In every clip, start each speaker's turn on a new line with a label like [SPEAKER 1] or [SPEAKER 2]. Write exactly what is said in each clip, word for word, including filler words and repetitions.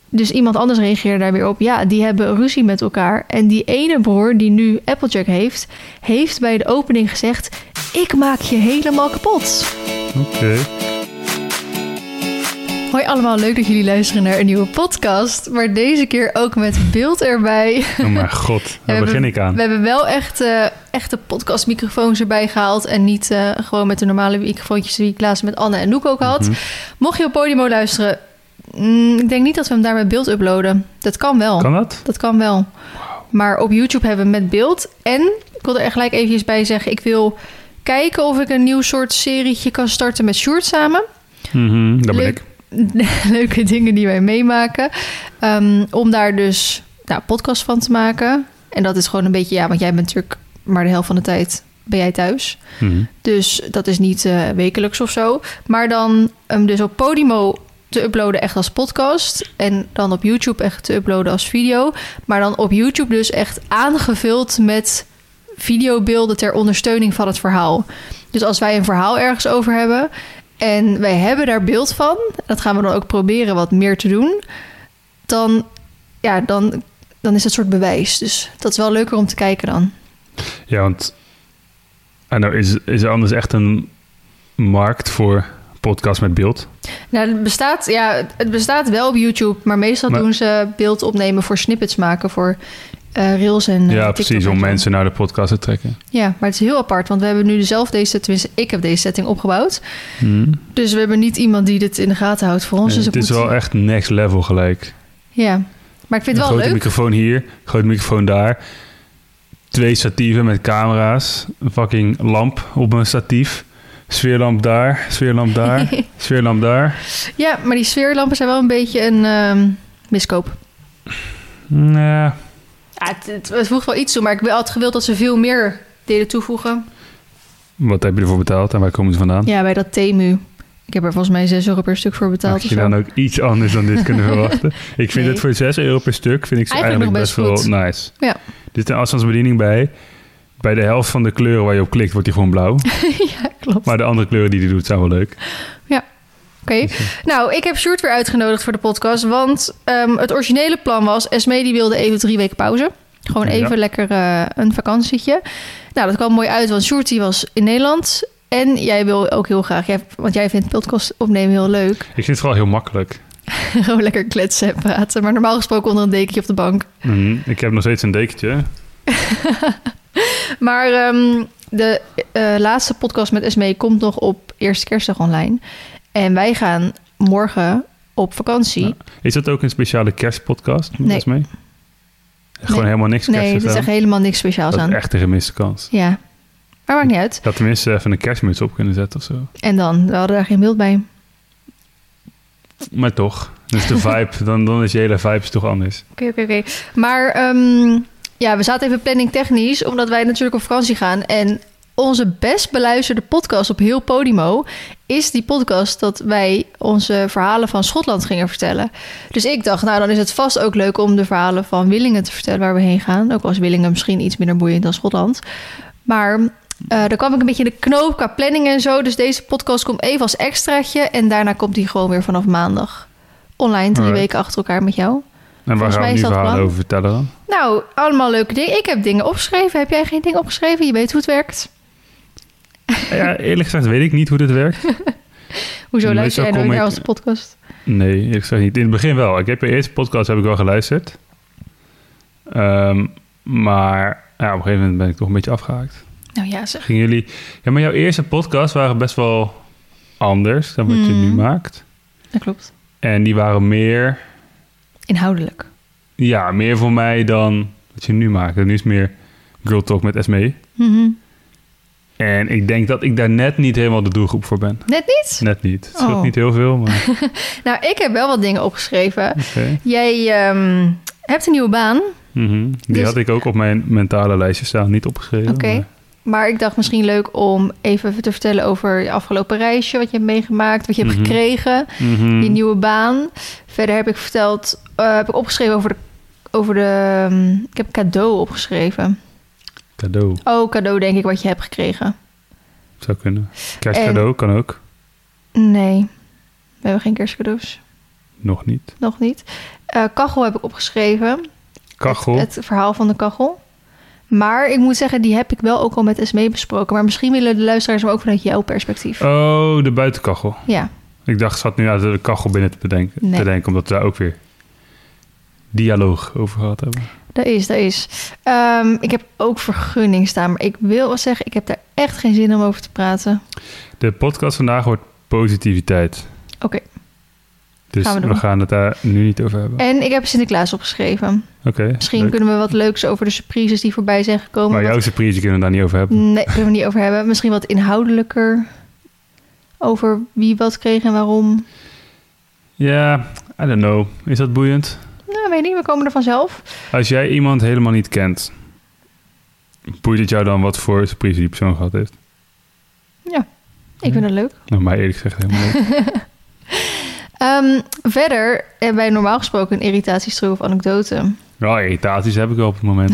[SPEAKER 1] dus iemand anders reageerde daar weer op. Ja, die hebben ruzie met elkaar. En die ene broer die nu Applejack heeft... heeft bij de opening gezegd... ik maak je helemaal kapot.
[SPEAKER 2] Oké. Okay.
[SPEAKER 1] Hoi allemaal, leuk dat jullie luisteren naar een nieuwe podcast. Maar deze keer ook met beeld erbij.
[SPEAKER 2] Oh mijn god, daar begin ik aan.
[SPEAKER 1] We hebben wel echt uh, echte podcastmicrofoons erbij gehaald. En niet uh, gewoon met de normale microfoontjes die ik laatst met Anne en Noek ook had. Mm-hmm. Mocht je op Podimo luisteren... Mm, ik denk niet dat we hem daar met beeld uploaden. Dat kan wel.
[SPEAKER 2] Kan dat?
[SPEAKER 1] Dat kan wel. Wow. Maar op YouTube hebben we hem met beeld. En ik wil er echt gelijk eventjes bij zeggen... ik wil kijken of ik een nieuw soort serietje kan starten met Sjoerd samen.
[SPEAKER 2] Mm-hmm, dat ben Leuk. ik.
[SPEAKER 1] Leuke dingen die wij meemaken. Um, om daar dus nou, podcast van te maken. En dat is gewoon een beetje... ja, want jij bent natuurlijk maar de helft van de tijd ben jij thuis. Mm-hmm. Dus dat is niet uh, wekelijks of zo. Maar dan um, dus op Podimo te uploaden echt als podcast. En dan op YouTube echt te uploaden als video. Maar dan op YouTube dus echt aangevuld met videobeelden ter ondersteuning van het verhaal. Dus als wij een verhaal ergens over hebben... en wij hebben daar beeld van... dat gaan we dan ook proberen wat meer te doen... dan, ja, dan, dan is het een soort bewijs. Dus dat is wel leuker om te kijken dan.
[SPEAKER 2] Ja, want... Nou, is, is er anders echt een markt voor podcast met beeld?
[SPEAKER 1] Nou, het bestaat, ja, het bestaat wel op YouTube... maar meestal maar, doen ze beeld opnemen voor snippets maken... voor uh, Reels en uh,
[SPEAKER 2] ja,
[SPEAKER 1] TikTok
[SPEAKER 2] precies, om mensen naar de podcast te trekken.
[SPEAKER 1] Ja, maar het is heel apart, want we hebben nu zelf deze... tenminste, ik heb deze setting opgebouwd.
[SPEAKER 2] Hmm.
[SPEAKER 1] Dus we hebben niet iemand die dit in de gaten houdt voor ons.
[SPEAKER 2] Nee,
[SPEAKER 1] dus
[SPEAKER 2] het is
[SPEAKER 1] moet...
[SPEAKER 2] wel echt next level gelijk.
[SPEAKER 1] Ja, maar ik vind het wel
[SPEAKER 2] leuk. Grote microfoon hier, grote microfoon daar. Twee statieven met camera's. Een fucking lamp op een statief. Sfeerlamp daar, sfeerlamp daar, sfeerlamp daar.
[SPEAKER 1] Ja, maar die sfeerlampen zijn wel een beetje een um, miskoop.
[SPEAKER 2] Nee.
[SPEAKER 1] Ja, het, het, het voegt wel iets toe, maar ik had gewild dat ze veel meer deden toevoegen.
[SPEAKER 2] Wat heb je ervoor betaald en waar komen ze vandaan?
[SPEAKER 1] Ja, bij dat Temu. Ik heb er volgens mij zes euro per stuk voor betaald.
[SPEAKER 2] Had je dan ook iets anders dan dit kunnen verwachten? Ik vind nee. het voor zes euro per stuk vind ik eigenlijk, eigenlijk best, best wel nice.
[SPEAKER 1] Ja.
[SPEAKER 2] Er zit een afstandsbediening bij. Bij de helft van de kleuren waar je op klikt, wordt die gewoon blauw.
[SPEAKER 1] Ja, klopt.
[SPEAKER 2] Maar de andere kleuren die hij doet, zijn wel leuk.
[SPEAKER 1] Ja. Oké. Okay. Nou, ik heb Sjoerd weer uitgenodigd voor de podcast. Want um, het originele plan was... Esmee die wilde even drie weken pauze. Gewoon even ja. lekker uh, een vakantietje. Nou, dat kwam mooi uit, want Sjoerd die was in Nederland. En jij wil ook heel graag... Jij, want jij vindt podcast opnemen heel leuk.
[SPEAKER 2] Ik vind het vooral heel makkelijk.
[SPEAKER 1] Gewoon lekker kletsen en praten. Maar normaal gesproken onder een dekentje op de bank.
[SPEAKER 2] Mm, ik heb nog steeds een dekentje.
[SPEAKER 1] Maar um, de uh, laatste podcast met Esmee komt nog op Eerste Kerstdag online. En wij gaan morgen op vakantie. Ja.
[SPEAKER 2] Is dat ook een speciale kerstpodcast met
[SPEAKER 1] nee.
[SPEAKER 2] Esmee? Gewoon
[SPEAKER 1] nee.
[SPEAKER 2] helemaal niks kerstigs
[SPEAKER 1] Nee, er is echt helemaal niks speciaals
[SPEAKER 2] dat
[SPEAKER 1] aan.
[SPEAKER 2] Dat is echt een gemiste kans.
[SPEAKER 1] Ja, maar maakt niet uit.
[SPEAKER 2] Dat tenminste even een kerstmuts op kunnen zetten of zo.
[SPEAKER 1] En dan? We hadden daar geen beeld bij.
[SPEAKER 2] Maar toch. Dus de vibe, dan, dan is je hele vibe toch anders.
[SPEAKER 1] Oké, okay, oké, okay, oké. Okay. Maar... Um, ja, we zaten even planning technisch, omdat wij natuurlijk op vakantie gaan. En onze best beluisterde podcast op heel Podimo is die podcast dat wij onze verhalen van Schotland gingen vertellen. Dus ik dacht, nou dan is het vast ook leuk om de verhalen van Willingen te vertellen waar we heen gaan. Ook al is Willingen misschien iets minder boeiend dan Schotland. Maar uh, daar kwam ik een beetje in de knoop qua planning en zo. Dus deze podcast komt even als extraatje. En daarna komt die gewoon weer vanaf maandag online, drie Alright. weken achter elkaar met jou.
[SPEAKER 2] En waar gaan we nu verhalen over vertellen dan?
[SPEAKER 1] Nou, allemaal leuke dingen. Ik heb dingen opgeschreven. Heb jij geen dingen opgeschreven? Je weet hoe het werkt.
[SPEAKER 2] Ja, eerlijk gezegd weet ik niet hoe dit werkt.
[SPEAKER 1] Hoezo luister jij nooit naar onze podcast?
[SPEAKER 2] Nee, eerlijk gezegd niet. In het begin wel. Ik heb de eerste podcast heb ik wel geluisterd. Um, maar ja, op een gegeven moment ben ik toch een beetje afgehaakt.
[SPEAKER 1] Nou ja, zeg.
[SPEAKER 2] Gingen jullie... Ja, maar jouw eerste podcast waren best wel anders dan wat mm. je nu maakt.
[SPEAKER 1] Dat klopt.
[SPEAKER 2] En die waren meer...
[SPEAKER 1] Inhoudelijk.
[SPEAKER 2] Ja, meer voor mij dan wat je nu maakt. En nu is het meer Girl Talk met Esmee.
[SPEAKER 1] Mm-hmm.
[SPEAKER 2] En ik denk dat ik daar net niet helemaal de doelgroep voor ben.
[SPEAKER 1] Net niet?
[SPEAKER 2] Net niet. Het scheelt oh. niet heel veel, maar...
[SPEAKER 1] Nou, ik heb wel wat dingen opgeschreven.
[SPEAKER 2] Okay.
[SPEAKER 1] Jij um, hebt een nieuwe baan.
[SPEAKER 2] Mm-hmm. Die dus... had ik ook op mijn mentale lijstje staan, niet opgeschreven.
[SPEAKER 1] Oké. Okay. Maar... maar ik dacht misschien leuk om even te vertellen over je afgelopen reisje, wat je hebt meegemaakt, wat je mm-hmm. hebt gekregen,
[SPEAKER 2] mm-hmm.
[SPEAKER 1] je nieuwe baan. Verder heb ik verteld, uh, heb ik opgeschreven over de, over de, um, ik heb cadeau opgeschreven.
[SPEAKER 2] Cadeau.
[SPEAKER 1] Oh, cadeau denk ik wat je hebt gekregen.
[SPEAKER 2] Zou kunnen. Kerstcadeau en... kan ook.
[SPEAKER 1] Nee, we hebben geen kerstcadeaus.
[SPEAKER 2] Nog niet.
[SPEAKER 1] Nog niet. Uh, kachel heb ik opgeschreven.
[SPEAKER 2] Kachel?
[SPEAKER 1] Het, het verhaal van de kachel. Maar ik moet zeggen, die heb ik wel ook al met Esmee besproken. Maar misschien willen de luisteraars hem ook vanuit jouw perspectief.
[SPEAKER 2] Oh, de buitenkachel.
[SPEAKER 1] Ja.
[SPEAKER 2] Ik dacht, zat nu uit de kachel binnen te bedenken.
[SPEAKER 1] Nee.
[SPEAKER 2] Te denken, omdat we daar ook weer dialoog over gehad hebben.
[SPEAKER 1] Dat is, dat is. Um, ik heb ook vergunning staan. Maar ik wil wel zeggen, ik heb daar echt geen zin om over te praten.
[SPEAKER 2] De podcast vandaag wordt positiviteit.
[SPEAKER 1] Oké. Okay.
[SPEAKER 2] Dus gaan we, we gaan het daar nu niet over hebben.
[SPEAKER 1] En ik heb Sinterklaas opgeschreven.
[SPEAKER 2] Oké. Okay,
[SPEAKER 1] Misschien
[SPEAKER 2] leuk.
[SPEAKER 1] kunnen we wat leuks over de surprises die voorbij zijn gekomen.
[SPEAKER 2] Maar jouw
[SPEAKER 1] wat...
[SPEAKER 2] surprise kunnen we daar niet over hebben.
[SPEAKER 1] Nee, kunnen we niet over hebben. Misschien wat inhoudelijker over wie wat kreeg en waarom.
[SPEAKER 2] Ja, yeah, I don't know. Is dat boeiend?
[SPEAKER 1] Nou, weet niet. We komen er vanzelf.
[SPEAKER 2] Als jij iemand helemaal niet kent, boeit het jou dan wat voor surprise die persoon gehad heeft?
[SPEAKER 1] Ja, ik vind het leuk.
[SPEAKER 2] Nou, maar eerlijk gezegd helemaal niet.
[SPEAKER 1] Um, verder hebben wij normaal gesproken een irritatiestrug of anekdote.
[SPEAKER 2] Ja, irritaties heb ik wel op het moment.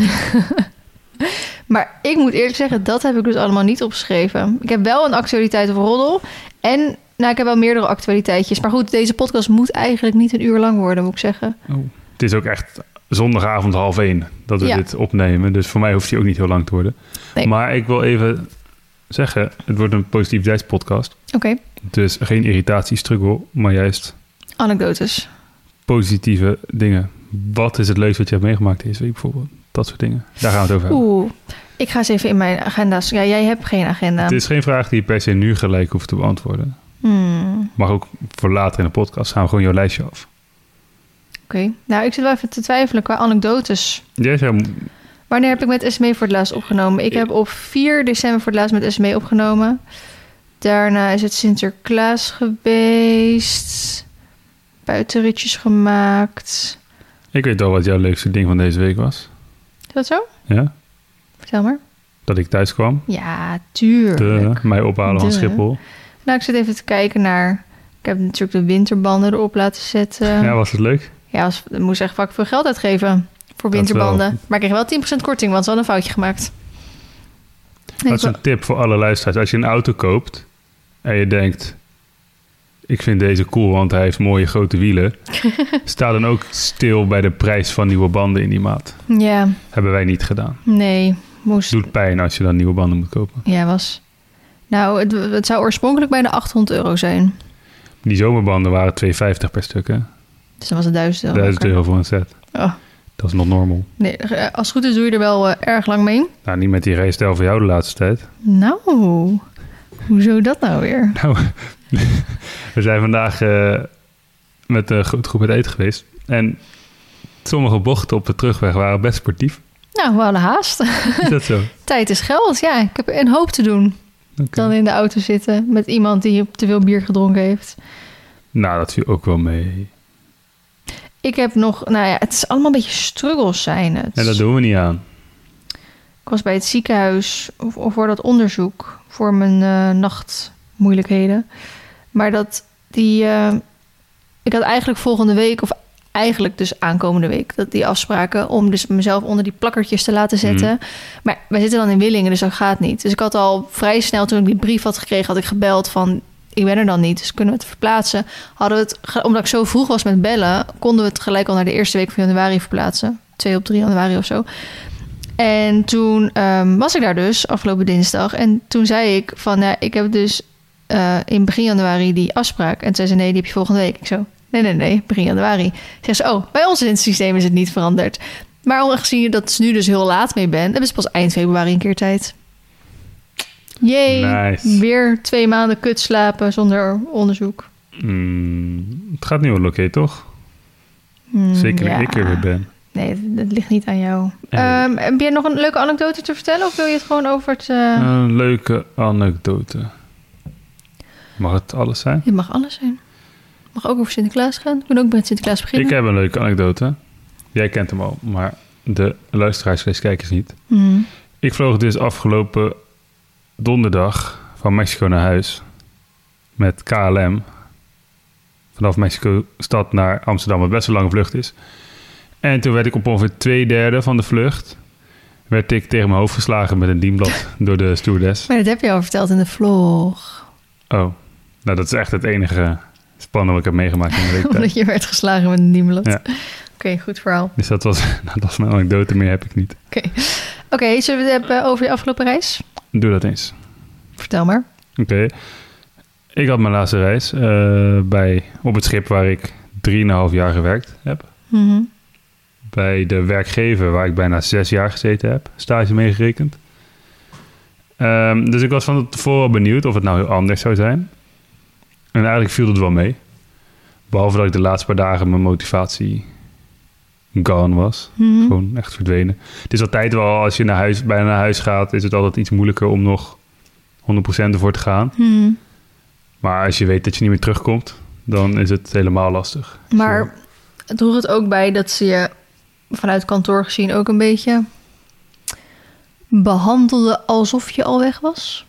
[SPEAKER 1] Maar ik moet eerlijk zeggen, dat heb ik dus allemaal niet opgeschreven. Ik heb wel een actualiteit of roddel. En nou, ik heb wel meerdere actualiteitjes. Maar goed, deze podcast moet eigenlijk niet een uur lang worden, moet ik zeggen.
[SPEAKER 2] Oh. Het is ook echt zondagavond half één dat we ja. dit opnemen. Dus voor mij hoeft die ook niet heel lang te worden. Nee. Maar ik wil even zeggen, het wordt een positiviteitspodcast.
[SPEAKER 1] Oké. Okay.
[SPEAKER 2] Dus geen irritatie, struggle, maar juist...
[SPEAKER 1] anekdotes.
[SPEAKER 2] Positieve dingen. Wat is het leukste wat je hebt meegemaakt deze week bijvoorbeeld? Dat soort dingen. Daar gaan we het over hebben.
[SPEAKER 1] Oeh, ik ga eens even in mijn agenda's. Ja, jij hebt geen agenda.
[SPEAKER 2] Het is geen vraag die je per se nu gelijk hoeft te beantwoorden.
[SPEAKER 1] Hmm.
[SPEAKER 2] Mag ook voor later in de podcast. Gaan we gewoon jouw lijstje af.
[SPEAKER 1] Oké. Okay. Nou, ik zit wel even te twijfelen qua anekdotes.
[SPEAKER 2] Ja, zou...
[SPEAKER 1] Wanneer heb ik met Esmee voor het laatst opgenomen? Ik heb op vier december voor het laatst met Esmee opgenomen. Daarna is het Sinterklaas geweest. Buitenritjes gemaakt.
[SPEAKER 2] Ik weet al wat jouw leukste ding van deze week was.
[SPEAKER 1] Is dat zo?
[SPEAKER 2] Ja.
[SPEAKER 1] Vertel maar.
[SPEAKER 2] Dat ik thuis kwam.
[SPEAKER 1] Ja, tuurlijk.
[SPEAKER 2] De, mij ophalen de. van Schiphol.
[SPEAKER 1] Nou, ik zit even te kijken naar... Ik heb natuurlijk de winterbanden erop laten zetten.
[SPEAKER 2] Ja, was het leuk?
[SPEAKER 1] Ja, was, ik moest echt vaak veel geld uitgeven voor winterbanden. Maar ik kreeg wel tien procent korting, want ze hadden een foutje gemaakt.
[SPEAKER 2] Dat is een tip voor alle luisteraars. Als je een auto koopt en je denkt... ik vind deze cool, want hij heeft mooie grote wielen. Sta dan ook stil bij de prijs van nieuwe banden in die maat.
[SPEAKER 1] Ja.
[SPEAKER 2] Hebben wij niet gedaan.
[SPEAKER 1] Nee. Moest...
[SPEAKER 2] Doet pijn als je dan nieuwe banden moet kopen.
[SPEAKER 1] Ja, was... Nou, het, het zou oorspronkelijk bijna achthonderd euro zijn.
[SPEAKER 2] Die zomerbanden waren twee vijftig per stuk, hè?
[SPEAKER 1] Dus dan was het duizend euro.
[SPEAKER 2] duizend euro voor een set.
[SPEAKER 1] Oh.
[SPEAKER 2] Dat is nog normal.
[SPEAKER 1] Nee, als het goed is doe je er wel uh, erg lang mee.
[SPEAKER 2] Nou, niet met die rijstijl van jou de laatste tijd.
[SPEAKER 1] Nou, hoezo dat nou weer?
[SPEAKER 2] Nou, we zijn vandaag uh, met een grote groep uit eten geweest. En sommige bochten op de terugweg waren best sportief.
[SPEAKER 1] Nou, we hadden haast.
[SPEAKER 2] Is dat zo?
[SPEAKER 1] Tijd is geld, ja. Ik heb een hoop te doen. Okay. Dan in de auto zitten met iemand die te veel bier gedronken heeft.
[SPEAKER 2] Nou, dat viel ook wel mee.
[SPEAKER 1] Ik heb nog... Nou ja, het is allemaal een beetje struggles zijn het.
[SPEAKER 2] En dat doen we niet aan.
[SPEAKER 1] Ik was bij het ziekenhuis voor dat onderzoek voor mijn uh, nachtmoeilijkheden. Maar dat die... Uh, ik had eigenlijk volgende week, of eigenlijk dus aankomende week, dat die afspraken om dus mezelf onder die plakkertjes te laten zetten. Mm. Maar wij zitten dan in Willingen, dus dat gaat niet. Dus ik had al vrij snel, toen ik die brief had gekregen, had ik gebeld van... ik ben er dan niet, dus kunnen we het verplaatsen. Hadden we het, omdat ik zo vroeg was met bellen, konden we het gelijk al naar de eerste week van januari verplaatsen. twee op drie januari of zo. En toen um, was ik daar dus, afgelopen dinsdag. En toen zei ik van, ja, ik heb dus uh, in begin januari die afspraak. En toen zei ze, nee, die heb je volgende week. Ik zo, nee, nee, nee, begin januari. Zeg ze, oh, bij ons in het systeem is het niet veranderd. Maar aangezien je dat nu dus heel laat mee bent, hebben ze pas eind februari een keer tijd. Jee, nice. Weer twee maanden kut slapen zonder onderzoek.
[SPEAKER 2] Mm, het gaat nu wel oké, okay, toch? Mm, Zeker ja. dat ik er weer ben.
[SPEAKER 1] Nee, het, het ligt niet aan jou. Hey. Um, heb jij nog een leuke anekdote te vertellen? Of wil je het gewoon over het... Uh...
[SPEAKER 2] Een leuke anekdote. Mag het alles zijn?
[SPEAKER 1] Het mag alles zijn. Het mag ook over Sinterklaas gaan. We kunnen ook met Sinterklaas beginnen.
[SPEAKER 2] Ik heb een leuke anekdote. Jij kent hem al, maar de luisteraars, kijkers niet.
[SPEAKER 1] Mm.
[SPEAKER 2] Ik vloog dus afgelopen donderdag van Mexico naar huis met K L M. Vanaf Mexico-stad naar Amsterdam, wat best een lange vlucht is. En toen werd ik op ongeveer twee derde van de vlucht... werd ik tegen mijn hoofd geslagen met een dienblad door de stewardess.
[SPEAKER 1] Maar dat heb je al verteld in de vlog.
[SPEAKER 2] Oh, nou dat is echt het enige spannende wat ik heb meegemaakt in de week.
[SPEAKER 1] Omdat je werd geslagen met een dienblad.
[SPEAKER 2] Ja.
[SPEAKER 1] okay, goed verhaal.
[SPEAKER 2] Dus dat was, dat was mijn anekdote, meer heb ik niet.
[SPEAKER 1] Oké, okay. okay, zullen we het hebben over je afgelopen reis?
[SPEAKER 2] Doe dat eens.
[SPEAKER 1] Vertel maar.
[SPEAKER 2] Oké. Okay. Ik had mijn laatste reis uh, bij, op het schip waar ik drieënhalf jaar gewerkt heb.
[SPEAKER 1] Mm-hmm.
[SPEAKER 2] Bij de werkgever waar ik bijna zes jaar gezeten heb. Stage meegerekend. Um, dus ik was van tevoren benieuwd of het nou heel anders zou zijn. En eigenlijk viel het wel mee. Behalve dat ik de laatste paar dagen mijn motivatie gone was. Mm-hmm. Gewoon echt verdwenen. Het is altijd wel, als je naar huis, bijna naar huis gaat, is het altijd iets moeilijker om nog honderd procent ervoor te gaan.
[SPEAKER 1] Mm-hmm.
[SPEAKER 2] Maar als je weet dat je niet meer terugkomt, dan is het helemaal lastig.
[SPEAKER 1] Maar Zo. droeg het ook bij dat ze je vanuit kantoor gezien ook een beetje behandelde alsof je al weg was?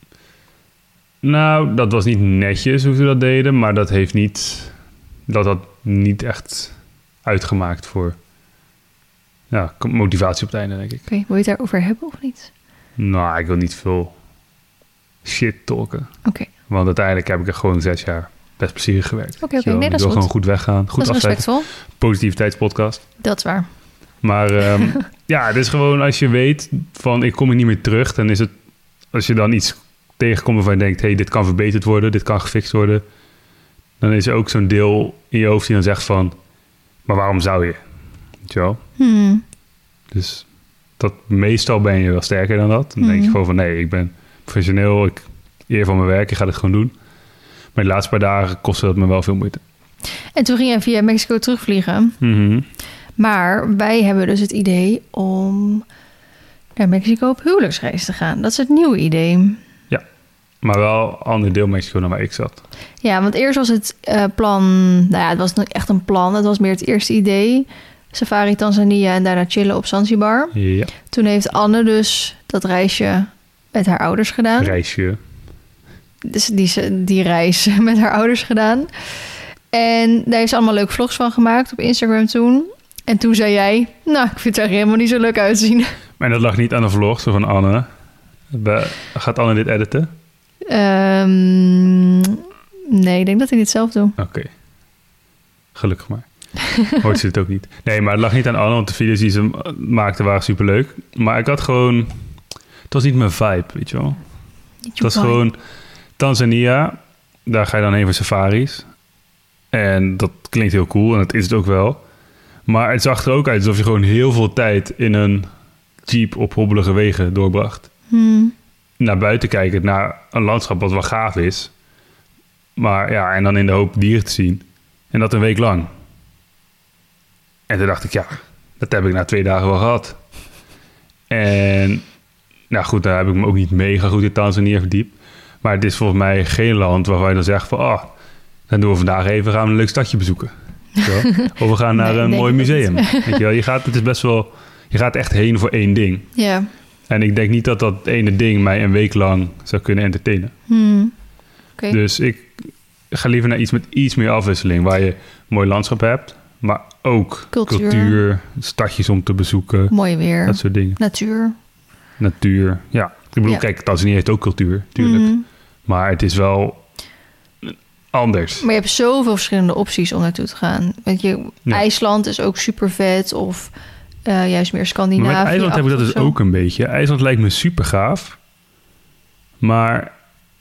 [SPEAKER 2] Nou, dat was niet netjes hoe ze dat deden, maar dat heeft niet, dat had niet echt uitgemaakt voor ja, motivatie op het einde, denk ik.
[SPEAKER 1] Oké, okay, wil je het daarover hebben of niet?
[SPEAKER 2] Nou, ik wil niet veel shit talken.
[SPEAKER 1] Oké. Okay.
[SPEAKER 2] Want uiteindelijk heb ik er gewoon zes jaar best plezierig gewerkt.
[SPEAKER 1] Oké, okay, oké. Okay. Nee, dat is
[SPEAKER 2] goed. Ik wil
[SPEAKER 1] goed.
[SPEAKER 2] gewoon goed weggaan, goed
[SPEAKER 1] dat is
[SPEAKER 2] afsluiten.
[SPEAKER 1] respectvol.
[SPEAKER 2] Positiviteitspodcast.
[SPEAKER 1] Dat is waar.
[SPEAKER 2] Maar um, ja, het is gewoon als je weet van ik kom er niet meer terug, dan is het, als je dan iets tegenkomt waarvan je denkt, hey, dit kan verbeterd worden, dit kan gefixt worden, dan is er ook zo'n deel in je hoofd die dan zegt van, maar waarom zou je? Weet je wel?
[SPEAKER 1] Hmm.
[SPEAKER 2] Dus dat meestal ben je wel sterker dan dat. Dan hmm. denk je gewoon van, nee, ik ben professioneel, ik eer van mijn werk, ik ga dit gewoon doen. Maar de laatste paar dagen kostte dat me wel veel moeite.
[SPEAKER 1] En toen ging je via Mexico terugvliegen.
[SPEAKER 2] Mm-hmm.
[SPEAKER 1] Maar wij hebben dus het idee om naar Mexico op huwelijksreis te gaan. Dat is het nieuwe idee.
[SPEAKER 2] Ja, maar wel een ander deel Mexico dan waar ik zat.
[SPEAKER 1] Ja, want eerst was het uh, plan... Nou ja, het was niet echt een plan. Het was meer het eerste idee. Safari Tanzania en daarna chillen op Zanzibar.
[SPEAKER 2] Ja.
[SPEAKER 1] Toen heeft Anne dus dat reisje met haar ouders gedaan.
[SPEAKER 2] Reisje.
[SPEAKER 1] Dus die, die reis met haar ouders gedaan. En daar heeft ze allemaal leuke vlogs van gemaakt op Instagram toen. En toen zei jij, nou, ik vind het er helemaal niet zo leuk uitzien.
[SPEAKER 2] Maar dat lag niet aan de vlog, zo van Anne. Gaat Anne dit editen?
[SPEAKER 1] Um, nee, ik denk dat ik dit zelf doe.
[SPEAKER 2] Oké. Okay. Gelukkig maar. Hoort ze het ook niet. Nee, maar het lag niet aan Anne, want de video's die ze maakte waren superleuk. Maar ik had gewoon... Het was niet mijn vibe, weet je wel. Het was vibe. Gewoon Tanzania. Daar ga je dan heen voor safaris. En dat klinkt heel cool en dat is het ook wel. Maar het zag er ook uit alsof je gewoon heel veel tijd in een jeep op hobbelige wegen doorbracht.
[SPEAKER 1] Hmm.
[SPEAKER 2] Naar buiten kijken, naar een landschap wat wel gaaf is. Maar ja, en dan in de hoop dieren te zien. En dat een week lang. En toen dacht ik, ja, dat heb ik na twee dagen wel gehad. En nou goed, daar heb ik me ook niet mega goed in Tanzania verdiept. Maar het is volgens mij geen land waarvan je dan zegt van... Oh, dan doen we vandaag even, gaan we een leuk stadje bezoeken. Of we gaan naar nee, een mooi museum. Weet je wel? Je gaat, het is best wel, je gaat echt heen voor één ding.
[SPEAKER 1] Ja.
[SPEAKER 2] En ik denk niet dat dat ene ding mij een week lang zou kunnen entertainen.
[SPEAKER 1] Hmm. Okay.
[SPEAKER 2] Dus ik ga liever naar iets met iets meer afwisseling. Waar je een mooi landschap hebt, maar ook cultuur, cultuur stadjes om te bezoeken.
[SPEAKER 1] Mooi weer.
[SPEAKER 2] Dat soort dingen.
[SPEAKER 1] Natuur.
[SPEAKER 2] Natuur, ja. Ik bedoel, ja. Kijk, Tanzania heeft ook cultuur, tuurlijk. Hmm. Maar het is wel... anders.
[SPEAKER 1] Maar je hebt zoveel verschillende opties om naartoe te gaan. Weet je, ja. IJsland is ook super vet of uh, juist meer Scandinavië.
[SPEAKER 2] Maar met IJsland heb ik dat dus zo. ook een beetje. IJsland lijkt me super gaaf. Maar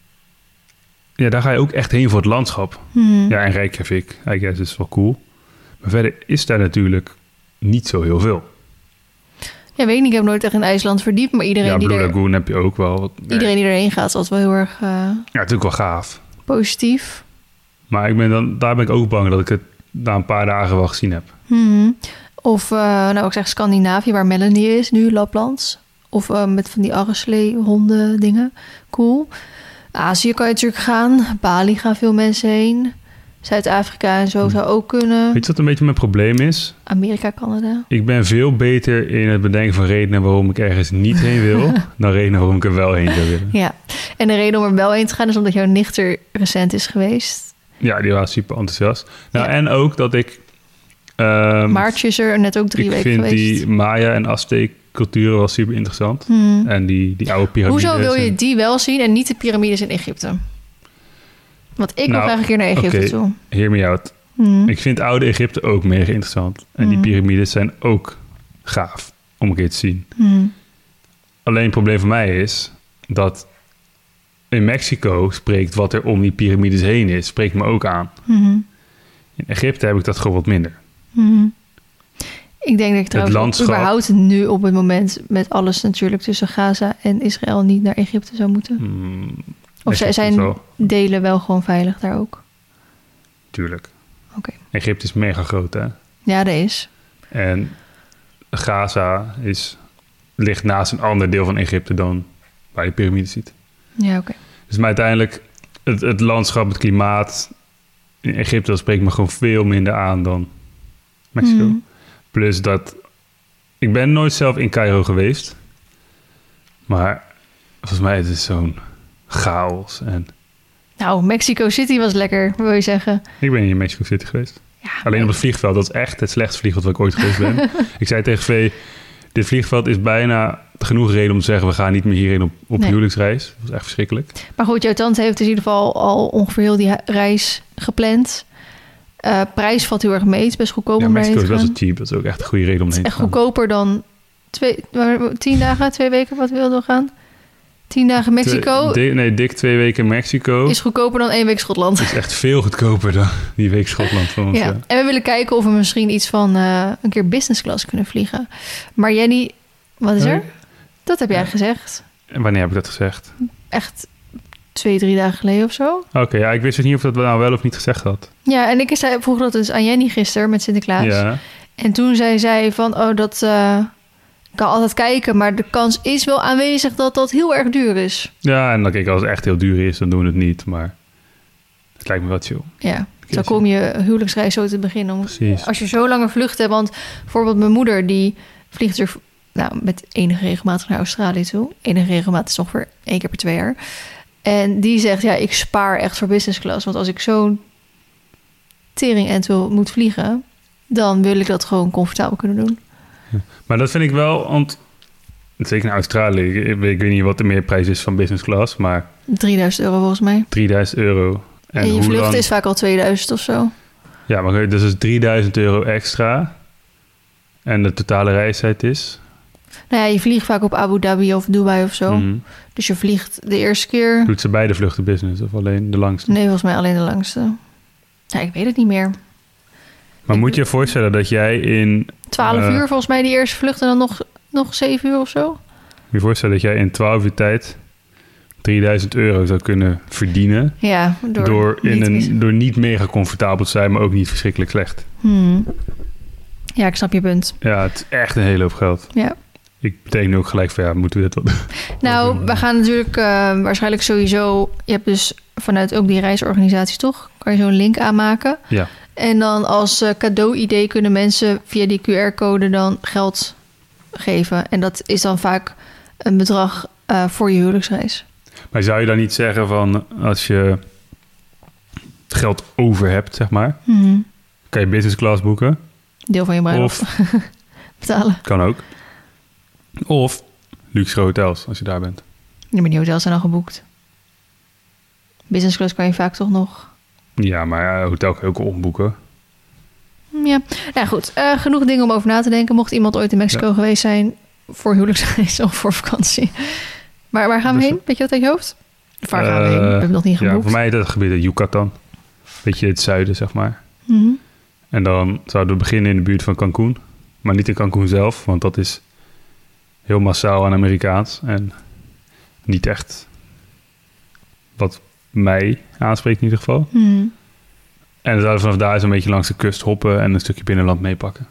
[SPEAKER 2] ja, daar ga je ook echt heen voor het landschap.
[SPEAKER 1] Hmm.
[SPEAKER 2] Ja, en Reykjavik, I guess, is wel cool. Maar verder is daar natuurlijk niet zo heel veel.
[SPEAKER 1] Ja, weet ik niet. Ik heb nooit echt in IJsland verdiept, maar iedereen
[SPEAKER 2] ja,
[SPEAKER 1] die
[SPEAKER 2] Blue
[SPEAKER 1] er...
[SPEAKER 2] Lagoon heb je ook wel.
[SPEAKER 1] Iedereen die erheen gaat is altijd wel heel erg... Uh,
[SPEAKER 2] ja, natuurlijk wel gaaf.
[SPEAKER 1] Positief.
[SPEAKER 2] Maar ik ben dan, daar ben ik ook bang dat ik het na een paar dagen wel gezien heb.
[SPEAKER 1] Hmm. Of, uh, nou ik zeg Scandinavië, waar Melanie is, nu Lapland. Of uh, met van die arreslee honden dingen. Cool. Azië kan je natuurlijk gaan. Bali gaan veel mensen heen. Zuid-Afrika en zo hmm. zou ook kunnen.
[SPEAKER 2] Weet je wat een beetje mijn probleem is?
[SPEAKER 1] Amerika, Canada.
[SPEAKER 2] Ik ben veel beter in het bedenken van redenen waarom ik ergens niet heen wil... dan redenen waarom ik er wel heen zou willen.
[SPEAKER 1] Ja, en de reden om er wel heen te gaan is omdat jouw nicht er recent is geweest.
[SPEAKER 2] Ja, die was super enthousiast. Nou, ja. En ook dat ik... Um,
[SPEAKER 1] Maartje is er net ook drie weken geweest.
[SPEAKER 2] Ik vind die Maya en Azteek culturen wel super interessant.
[SPEAKER 1] Hmm.
[SPEAKER 2] En die, die oude piramides.
[SPEAKER 1] Hoezo wil je die wel zien en niet de piramides in Egypte? Want ik wil
[SPEAKER 2] nou,
[SPEAKER 1] graag een keer naar Egypte
[SPEAKER 2] okay,
[SPEAKER 1] toe.
[SPEAKER 2] Hear me out.
[SPEAKER 1] Mm.
[SPEAKER 2] Ik vind oude Egypte ook mega interessant. En
[SPEAKER 1] Mm.
[SPEAKER 2] die piramides zijn ook gaaf om een keer te zien.
[SPEAKER 1] Mm.
[SPEAKER 2] Alleen het probleem voor mij is dat in Mexico spreekt wat er om die piramides heen is, spreekt me ook aan.
[SPEAKER 1] Mm.
[SPEAKER 2] In Egypte heb ik dat gewoon wat minder.
[SPEAKER 1] Mm. Ik denk dat ik trouwens
[SPEAKER 2] landschap-
[SPEAKER 1] überhaupt nu op het moment met alles natuurlijk tussen Gaza en Israël niet naar Egypte zou moeten.
[SPEAKER 2] Hmm,
[SPEAKER 1] Of zij
[SPEAKER 2] Egypte
[SPEAKER 1] zijn
[SPEAKER 2] wel.
[SPEAKER 1] delen wel gewoon veilig daar ook.
[SPEAKER 2] Tuurlijk.
[SPEAKER 1] Oké.
[SPEAKER 2] Egypte is mega groot, hè?
[SPEAKER 1] Ja, dat is.
[SPEAKER 2] En Gaza is, ligt naast een ander deel van Egypte dan waar je de piramide ziet.
[SPEAKER 1] Ja, oké.
[SPEAKER 2] Dus maar uiteindelijk, het, het landschap, het klimaat in Egypte, dat spreekt me gewoon veel minder aan dan Mexico.
[SPEAKER 1] Mm.
[SPEAKER 2] Plus dat, ik ben nooit zelf in Cairo geweest. Maar volgens mij is het zo'n chaos. En
[SPEAKER 1] Nou, Mexico City was lekker, wil je zeggen.
[SPEAKER 2] ik ben in Mexico City geweest.
[SPEAKER 1] Ja,
[SPEAKER 2] Alleen op het vliegveld. Dat is echt het slechtste vliegveld waar ik ooit geweest ben. Ik zei tegen Vee, dit vliegveld is bijna genoeg reden om te zeggen, we gaan niet meer hierheen op, op
[SPEAKER 1] Nee.
[SPEAKER 2] huwelijksreis. Dat was echt verschrikkelijk.
[SPEAKER 1] Maar goed, jouw tante heeft dus in ieder geval al ongeveer heel die ha- reis gepland. Uh, prijs valt heel erg mee. Het is best goedkoop
[SPEAKER 2] Ja,
[SPEAKER 1] om
[SPEAKER 2] Mexico is
[SPEAKER 1] daarheen
[SPEAKER 2] best
[SPEAKER 1] te gaan.
[SPEAKER 2] wel cheap. Dat is ook echt een goede reden om
[SPEAKER 1] Het is
[SPEAKER 2] heen
[SPEAKER 1] echt
[SPEAKER 2] te gaan.
[SPEAKER 1] goedkoper dan twee, waar- tien dagen, twee weken wat wilden we gaan. Tien dagen Mexico
[SPEAKER 2] Twee- di- nee, dik twee weken in Mexico.
[SPEAKER 1] is goedkoper dan één week Schotland.
[SPEAKER 2] is echt veel goedkoper dan die week Schotland van ons.
[SPEAKER 1] Ja.
[SPEAKER 2] Ja.
[SPEAKER 1] En we willen kijken of we misschien iets van uh, een keer business class kunnen vliegen. Maar Jenny, wat is er?
[SPEAKER 2] Nee.
[SPEAKER 1] Dat heb jij
[SPEAKER 2] Ja.
[SPEAKER 1] gezegd.
[SPEAKER 2] En wanneer heb ik dat gezegd?
[SPEAKER 1] Echt twee, drie dagen geleden of zo.
[SPEAKER 2] Oké, ja, ik wist dus niet of dat nou wel of niet gezegd had.
[SPEAKER 1] Ja, en ik zei, vroeg dat dus aan Jenny gisteren met Sinterklaas.
[SPEAKER 2] Ja.
[SPEAKER 1] En toen zei zij van, oh, dat uh, kan altijd kijken, maar de kans is wel aanwezig dat dat heel erg duur is.
[SPEAKER 2] Ja, en dan kijk, als het echt heel duur is, dan doen we het niet. Maar het lijkt me wel chill.
[SPEAKER 1] Ja, zo kom je huwelijksreis zo te beginnen. Om,
[SPEAKER 2] Precies.
[SPEAKER 1] als je zo lange vlucht hebt, want bijvoorbeeld mijn moeder, die vliegt er nou, met enige regelmatig naar Australië toe. Enige regelmatig is ongeveer één keer per twee jaar. En die zegt, ja, ik spaar echt voor business class. Want als ik zo'n tering end wil moet vliegen, dan wil ik dat gewoon comfortabel kunnen doen.
[SPEAKER 2] Ja. Maar dat vind ik wel, want zeker in Australië, ik, ik weet niet wat de meerprijs is van business class, maar
[SPEAKER 1] drieduizend euro volgens mij.
[SPEAKER 2] drieduizend euro.
[SPEAKER 1] En, en je
[SPEAKER 2] hoe
[SPEAKER 1] vlucht
[SPEAKER 2] lang...
[SPEAKER 1] is vaak al tweeduizend of zo.
[SPEAKER 2] Ja, maar dus is drieduizend euro extra. En de totale reistijd is?
[SPEAKER 1] Nou ja, je vliegt vaak op Abu Dhabi of Dubai of zo.
[SPEAKER 2] Mm-hmm.
[SPEAKER 1] Dus je vliegt de eerste keer...
[SPEAKER 2] Doet ze beide vluchten business of alleen de langste?
[SPEAKER 1] Nee, volgens mij alleen de langste. Ja, ik weet het niet meer.
[SPEAKER 2] Maar
[SPEAKER 1] ik...
[SPEAKER 2] moet je je voorstellen dat jij in...
[SPEAKER 1] twaalf
[SPEAKER 2] uh,
[SPEAKER 1] uur volgens mij die eerste vlucht en dan nog, nog zeven uur of zo?
[SPEAKER 2] Moet je je voorstellen dat jij in twaalf uur tijd drieduizend euro zou kunnen verdienen.
[SPEAKER 1] Ja, door,
[SPEAKER 2] door, in
[SPEAKER 1] niet,
[SPEAKER 2] een, door niet mega comfortabel te zijn, maar ook niet verschrikkelijk slecht.
[SPEAKER 1] Hmm. Ja, ik snap je punt.
[SPEAKER 2] Ja, het is echt een hele hoop geld.
[SPEAKER 1] Ja.
[SPEAKER 2] Ik betekent nu ook gelijk van, ja, moeten we dit wel
[SPEAKER 1] Nou, we gaan natuurlijk uh, waarschijnlijk sowieso... Je hebt dus vanuit ook die reisorganisaties, toch? Kan je zo'n link aanmaken.
[SPEAKER 2] Ja.
[SPEAKER 1] En dan als uh, cadeau-idee kunnen mensen via die Q R-code dan geld geven. En dat is dan vaak een bedrag uh, voor je huwelijksreis.
[SPEAKER 2] Maar zou je dan niet zeggen van, als je geld over hebt, zeg maar...
[SPEAKER 1] Hmm.
[SPEAKER 2] Kan je business class boeken?
[SPEAKER 1] Deel van je bruiloft betalen.
[SPEAKER 2] Kan ook. Of luxe hotels, als je daar bent.
[SPEAKER 1] Ja, maar die hotels zijn al geboekt. Business class kan je vaak toch nog...
[SPEAKER 2] Ja, maar uh, hotel kan je ook omboeken.
[SPEAKER 1] Ja, nou goed. Uh, genoeg dingen om over na te denken. Mocht iemand ooit in Mexico
[SPEAKER 2] Ja.
[SPEAKER 1] geweest zijn... voor huwelijksreis of voor vakantie. Maar waar gaan we
[SPEAKER 2] Dus,
[SPEAKER 1] heen? Weet je dat uit je hoofd? Of waar gaan we
[SPEAKER 2] Uh,
[SPEAKER 1] heen? We hebben nog niet
[SPEAKER 2] Ja,
[SPEAKER 1] geboekt.
[SPEAKER 2] voor mij is dat gebied in Yucatan. Beetje het zuiden, zeg maar.
[SPEAKER 1] Mhm.
[SPEAKER 2] En dan zouden we beginnen in de buurt van Cancún. Maar niet in Cancún zelf, want dat is heel massaal en Amerikaans. En niet echt wat mij aanspreekt in ieder geval.
[SPEAKER 1] Mhm.
[SPEAKER 2] En dan zouden we vanaf daar eens een beetje langs de kust hoppen en een stukje binnenland meepakken.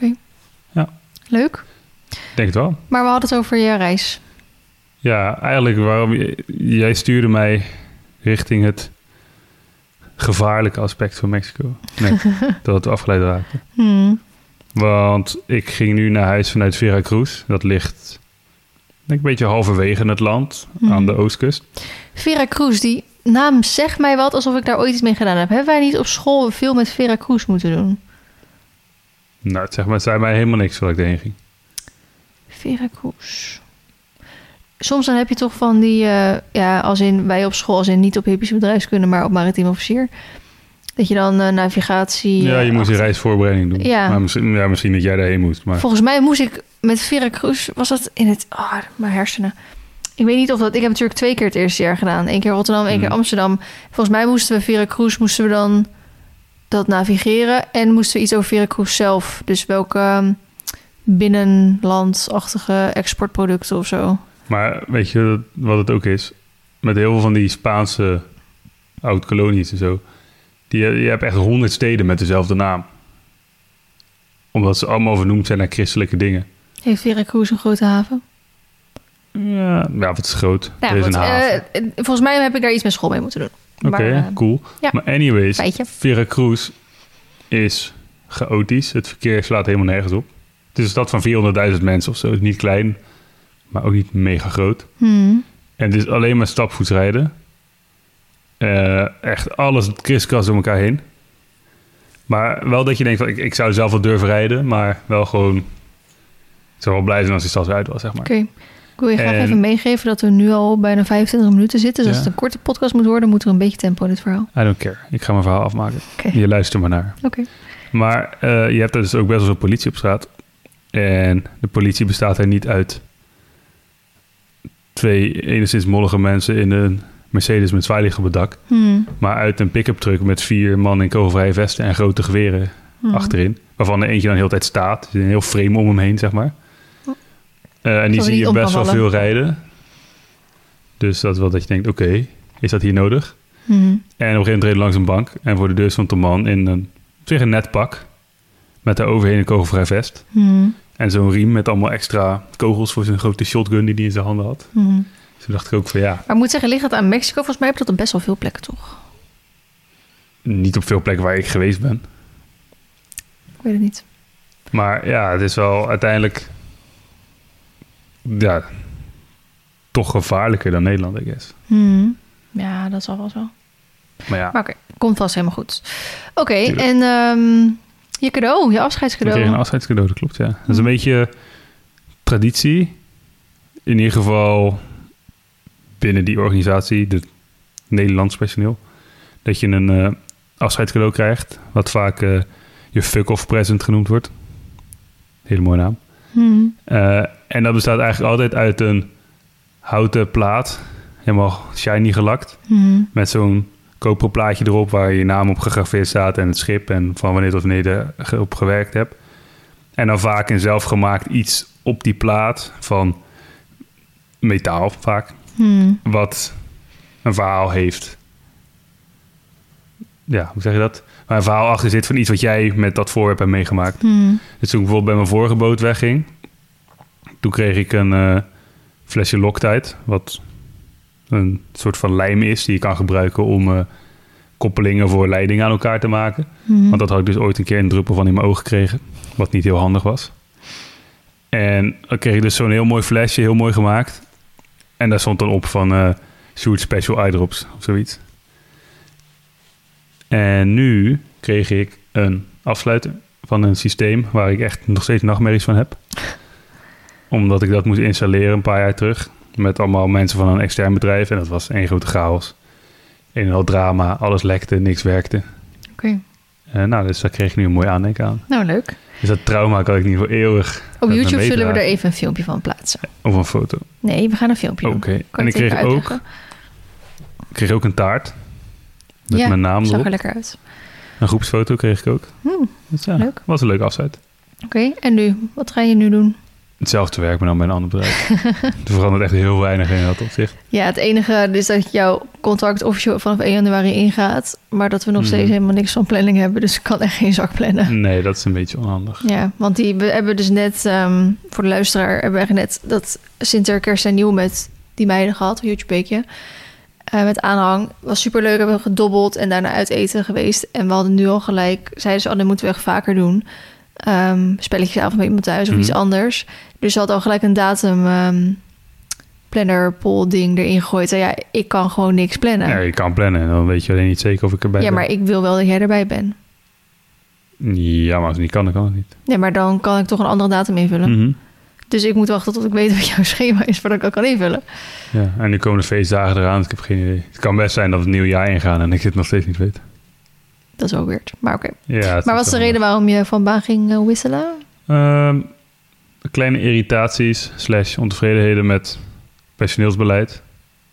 [SPEAKER 1] Leuk.
[SPEAKER 2] Ik denk het wel.
[SPEAKER 1] Maar we hadden het over je reis.
[SPEAKER 2] Ja, eigenlijk waarom... Jij stuurde mij richting het gevaarlijke aspect van Mexico. Nee, dat we afgeleid raakten.
[SPEAKER 1] Hmm.
[SPEAKER 2] Want ik ging nu naar huis vanuit Veracruz. Dat ligt denk ik, een beetje halverwege het land,
[SPEAKER 1] Hmm.
[SPEAKER 2] aan de oostkust.
[SPEAKER 1] Veracruz, die naam zegt mij wat alsof ik daar ooit iets mee gedaan heb. Hebben wij niet op school veel met Veracruz moeten doen?
[SPEAKER 2] Nou, zeg maar, het zei mij helemaal niks waar ik erheen ging.
[SPEAKER 1] Veracruz. Soms dan heb je toch van die, uh, ja, als in wij op school, als in niet op hippische bedrijfskunde, maar op maritiem officier. Dat je dan uh, navigatie...
[SPEAKER 2] Ja, je
[SPEAKER 1] uh,
[SPEAKER 2] moest
[SPEAKER 1] achter...
[SPEAKER 2] een reisvoorbereiding doen.
[SPEAKER 1] Ja.
[SPEAKER 2] Maar misschien, ja, misschien dat jij daarheen moest. Maar...
[SPEAKER 1] Volgens mij moest ik met Veracruz... Was dat in het... Oh, mijn hersenen. Ik weet niet of dat... Ik heb natuurlijk twee keer het eerste jaar gedaan. Eén keer Rotterdam, één hmm. keer Amsterdam. Volgens mij moesten we Veracruz... Moesten we dan dat navigeren. En moesten we iets over Veracruz zelf. Dus welke um, binnenlandachtige exportproducten of zo.
[SPEAKER 2] Maar weet je wat het ook is? Met heel veel van die Spaanse oud-kolonies en zo... Die, je hebt echt honderd steden met dezelfde naam. Omdat ze allemaal vernoemd zijn naar christelijke dingen.
[SPEAKER 1] Heeft Veracruz een grote haven?
[SPEAKER 2] Ja, ja wat is groot.
[SPEAKER 1] Ja,
[SPEAKER 2] er is
[SPEAKER 1] goed,
[SPEAKER 2] een haven.
[SPEAKER 1] Uh, volgens mij heb ik daar iets met school mee moeten doen.
[SPEAKER 2] Oké, okay, uh, cool. Ja. Maar anyways, feitje. Veracruz is chaotisch. Het verkeer slaat helemaal nergens op. Het is een stad van vierhonderdduizend mensen of zo. Het is niet klein, maar ook niet mega groot. Hmm. En het is alleen maar stapvoetsrijden. Uh, echt alles kriskras door elkaar heen. Maar wel dat je denkt, van, ik, ik zou zelf wel durven rijden, maar wel gewoon... Ik zou wel blij zijn als die stad eruit was, zeg maar.
[SPEAKER 1] Oké. Okay. Ik wil je graag en, even meegeven dat we nu al bijna vijfentwintig minuten zitten. Dus ja. Als het een korte podcast moet worden, moet er een beetje tempo in het verhaal.
[SPEAKER 2] I don't care. Ik ga mijn verhaal afmaken. Okay. Je luistert maar naar.
[SPEAKER 1] Oké. Okay.
[SPEAKER 2] Maar uh, je hebt er dus ook best wel veel politie op straat. En de politie bestaat er niet uit twee enigszins mollige mensen in een Mercedes met zwaailicht op het dak. Hmm. Maar uit een pick-up truck met vier man in kogelvrije vesten en grote geweren hmm. achterin. Waarvan er eentje dan de hele tijd staat. Dus een heel frame om hem heen, zeg maar. Uh, en die zie je best wel veel rijden. Dus dat is wel dat je denkt, oké, okay, is dat hier nodig? Hmm. En op een gegeven moment reed langs een bank. En voor de deur stond een man in een, op zich een net pak. Met daar overheen een kogelvrij vest. Hmm. En zo'n riem met allemaal extra kogels voor zijn grote shotgun die hij in zijn handen had. Hmm. Dus toen dacht ik ook van ja.
[SPEAKER 1] Maar ik moet zeggen, ligt dat aan Mexico? Volgens mij heb je dat op best wel veel plekken, toch?
[SPEAKER 2] Niet op veel plekken waar ik geweest ben.
[SPEAKER 1] Ik weet het niet.
[SPEAKER 2] Maar ja, het is wel uiteindelijk... Ja, toch gevaarlijker dan Nederland, I guess.
[SPEAKER 1] Hmm. Ja, dat zal wel zo.
[SPEAKER 2] Maar ja.
[SPEAKER 1] Maar oké, okay, komt vast helemaal goed. Oké, okay, en um, je cadeau, je afscheidscadeau.
[SPEAKER 2] Ik kreeg een afscheidscadeau, dat klopt, ja. Hmm. Dat is een beetje traditie. In ieder geval binnen die organisatie, de Nederlands personeel. Dat je een uh, afscheidscadeau krijgt, wat vaak uh, je fuck-off present genoemd wordt. Hele mooie naam. Hmm. Uh, en dat bestaat eigenlijk altijd uit een houten plaat, helemaal shiny gelakt, hmm. met zo'n koperen plaatje erop waar je naam op gegraveerd staat en het schip en van wanneer tot wanneer je erop gewerkt hebt. En dan vaak een zelfgemaakt iets op die plaat van metaal vaak, hmm. wat een verhaal heeft. Ja, hoe zeg je dat? Waar een verhaal achter zit van iets wat jij met dat voorwerp hebt meegemaakt. Hmm. Dus toen ik bijvoorbeeld bij mijn vorige boot wegging, toen kreeg ik een uh, flesje Loctite, wat een soort van lijm is die je kan gebruiken om uh, koppelingen voor leidingen aan elkaar te maken. Hmm. Want dat had ik dus ooit een keer een druppel van in mijn oog gekregen, wat niet heel handig was. En dan kreeg ik dus zo'n heel mooi flesje, heel mooi gemaakt. En daar stond dan op van uh, Shoot Special Eye Drops of zoiets. En nu kreeg ik een afsluiter van een systeem waar ik echt nog steeds nachtmerries van heb. Omdat ik dat moest installeren een paar jaar terug. Met allemaal mensen van een extern bedrijf. En dat was één grote chaos. Een en al drama, alles lekte, niks werkte.
[SPEAKER 1] Oké.
[SPEAKER 2] Okay. Uh, nou, dus daar kreeg ik nu een mooi aandenken aan.
[SPEAKER 1] Nou, leuk.
[SPEAKER 2] Dus dat trauma kan ik niet voor eeuwig.
[SPEAKER 1] Op YouTube zullen we er even een filmpje van plaatsen.
[SPEAKER 2] Of een foto.
[SPEAKER 1] Nee, we gaan een filmpje doen.
[SPEAKER 2] Oké. Okay. En ik kreeg ook, ik kreeg ook een taart. Met
[SPEAKER 1] ja,
[SPEAKER 2] mijn naam
[SPEAKER 1] zag
[SPEAKER 2] erop.
[SPEAKER 1] er lekker uit.
[SPEAKER 2] Een groepsfoto kreeg ik ook.
[SPEAKER 1] Hmm,
[SPEAKER 2] dus ja,
[SPEAKER 1] leuk.
[SPEAKER 2] Was een leuk afzet.
[SPEAKER 1] Oké, okay, en nu? Wat ga je nu doen?
[SPEAKER 2] Hetzelfde werk, maar dan bij een ander bedrijf. Er verandert echt heel weinig in dat opzicht.
[SPEAKER 1] Ja, het enige is dat jouw contract officieel vanaf één januari ingaat. Maar dat we nog steeds hmm. helemaal niks van planning hebben. Dus ik kan echt geen zak plannen.
[SPEAKER 2] Nee, dat is een beetje onhandig.
[SPEAKER 1] Ja, want die, we hebben dus net, um, voor de luisteraar, hebben we net dat Sinterkerst en Nieuw met die meiden gehad. Een YouTube-beekje. Uh, met aanhang. Was superleuk. Hebben we gedobbeld en daarna uit eten geweest. En we hadden nu al gelijk, zeiden ze, oh, dat moeten we echt vaker doen. Um, spelletjesavond met iemand thuis of mm. iets anders. Dus ze had al gelijk een datum um, planner poll ding erin gegooid. En ja, ik kan gewoon niks plannen.
[SPEAKER 2] Ja, je kan plannen. Dan weet je alleen niet zeker of ik erbij
[SPEAKER 1] ja,
[SPEAKER 2] ben.
[SPEAKER 1] Ja, maar ik wil wel dat jij erbij bent.
[SPEAKER 2] Ja, maar als het niet kan, dan kan het niet.
[SPEAKER 1] Nee, maar dan kan ik toch een andere datum invullen. Mm-hmm. Dus ik moet wachten tot ik weet wat jouw schema is voordat ik dat kan invullen.
[SPEAKER 2] Ja, en nu komen de feestdagen eraan. Dus ik heb geen idee. Het kan best zijn dat we het nieuwe jaar ingaan en ik het nog steeds niet weet.
[SPEAKER 1] Dat is ook weird, maar oké.
[SPEAKER 2] Ja,
[SPEAKER 1] maar wat is de reden waarom je van baan ging uh, wisselen?
[SPEAKER 2] Um, kleine irritaties slash ontevredenheden met personeelsbeleid.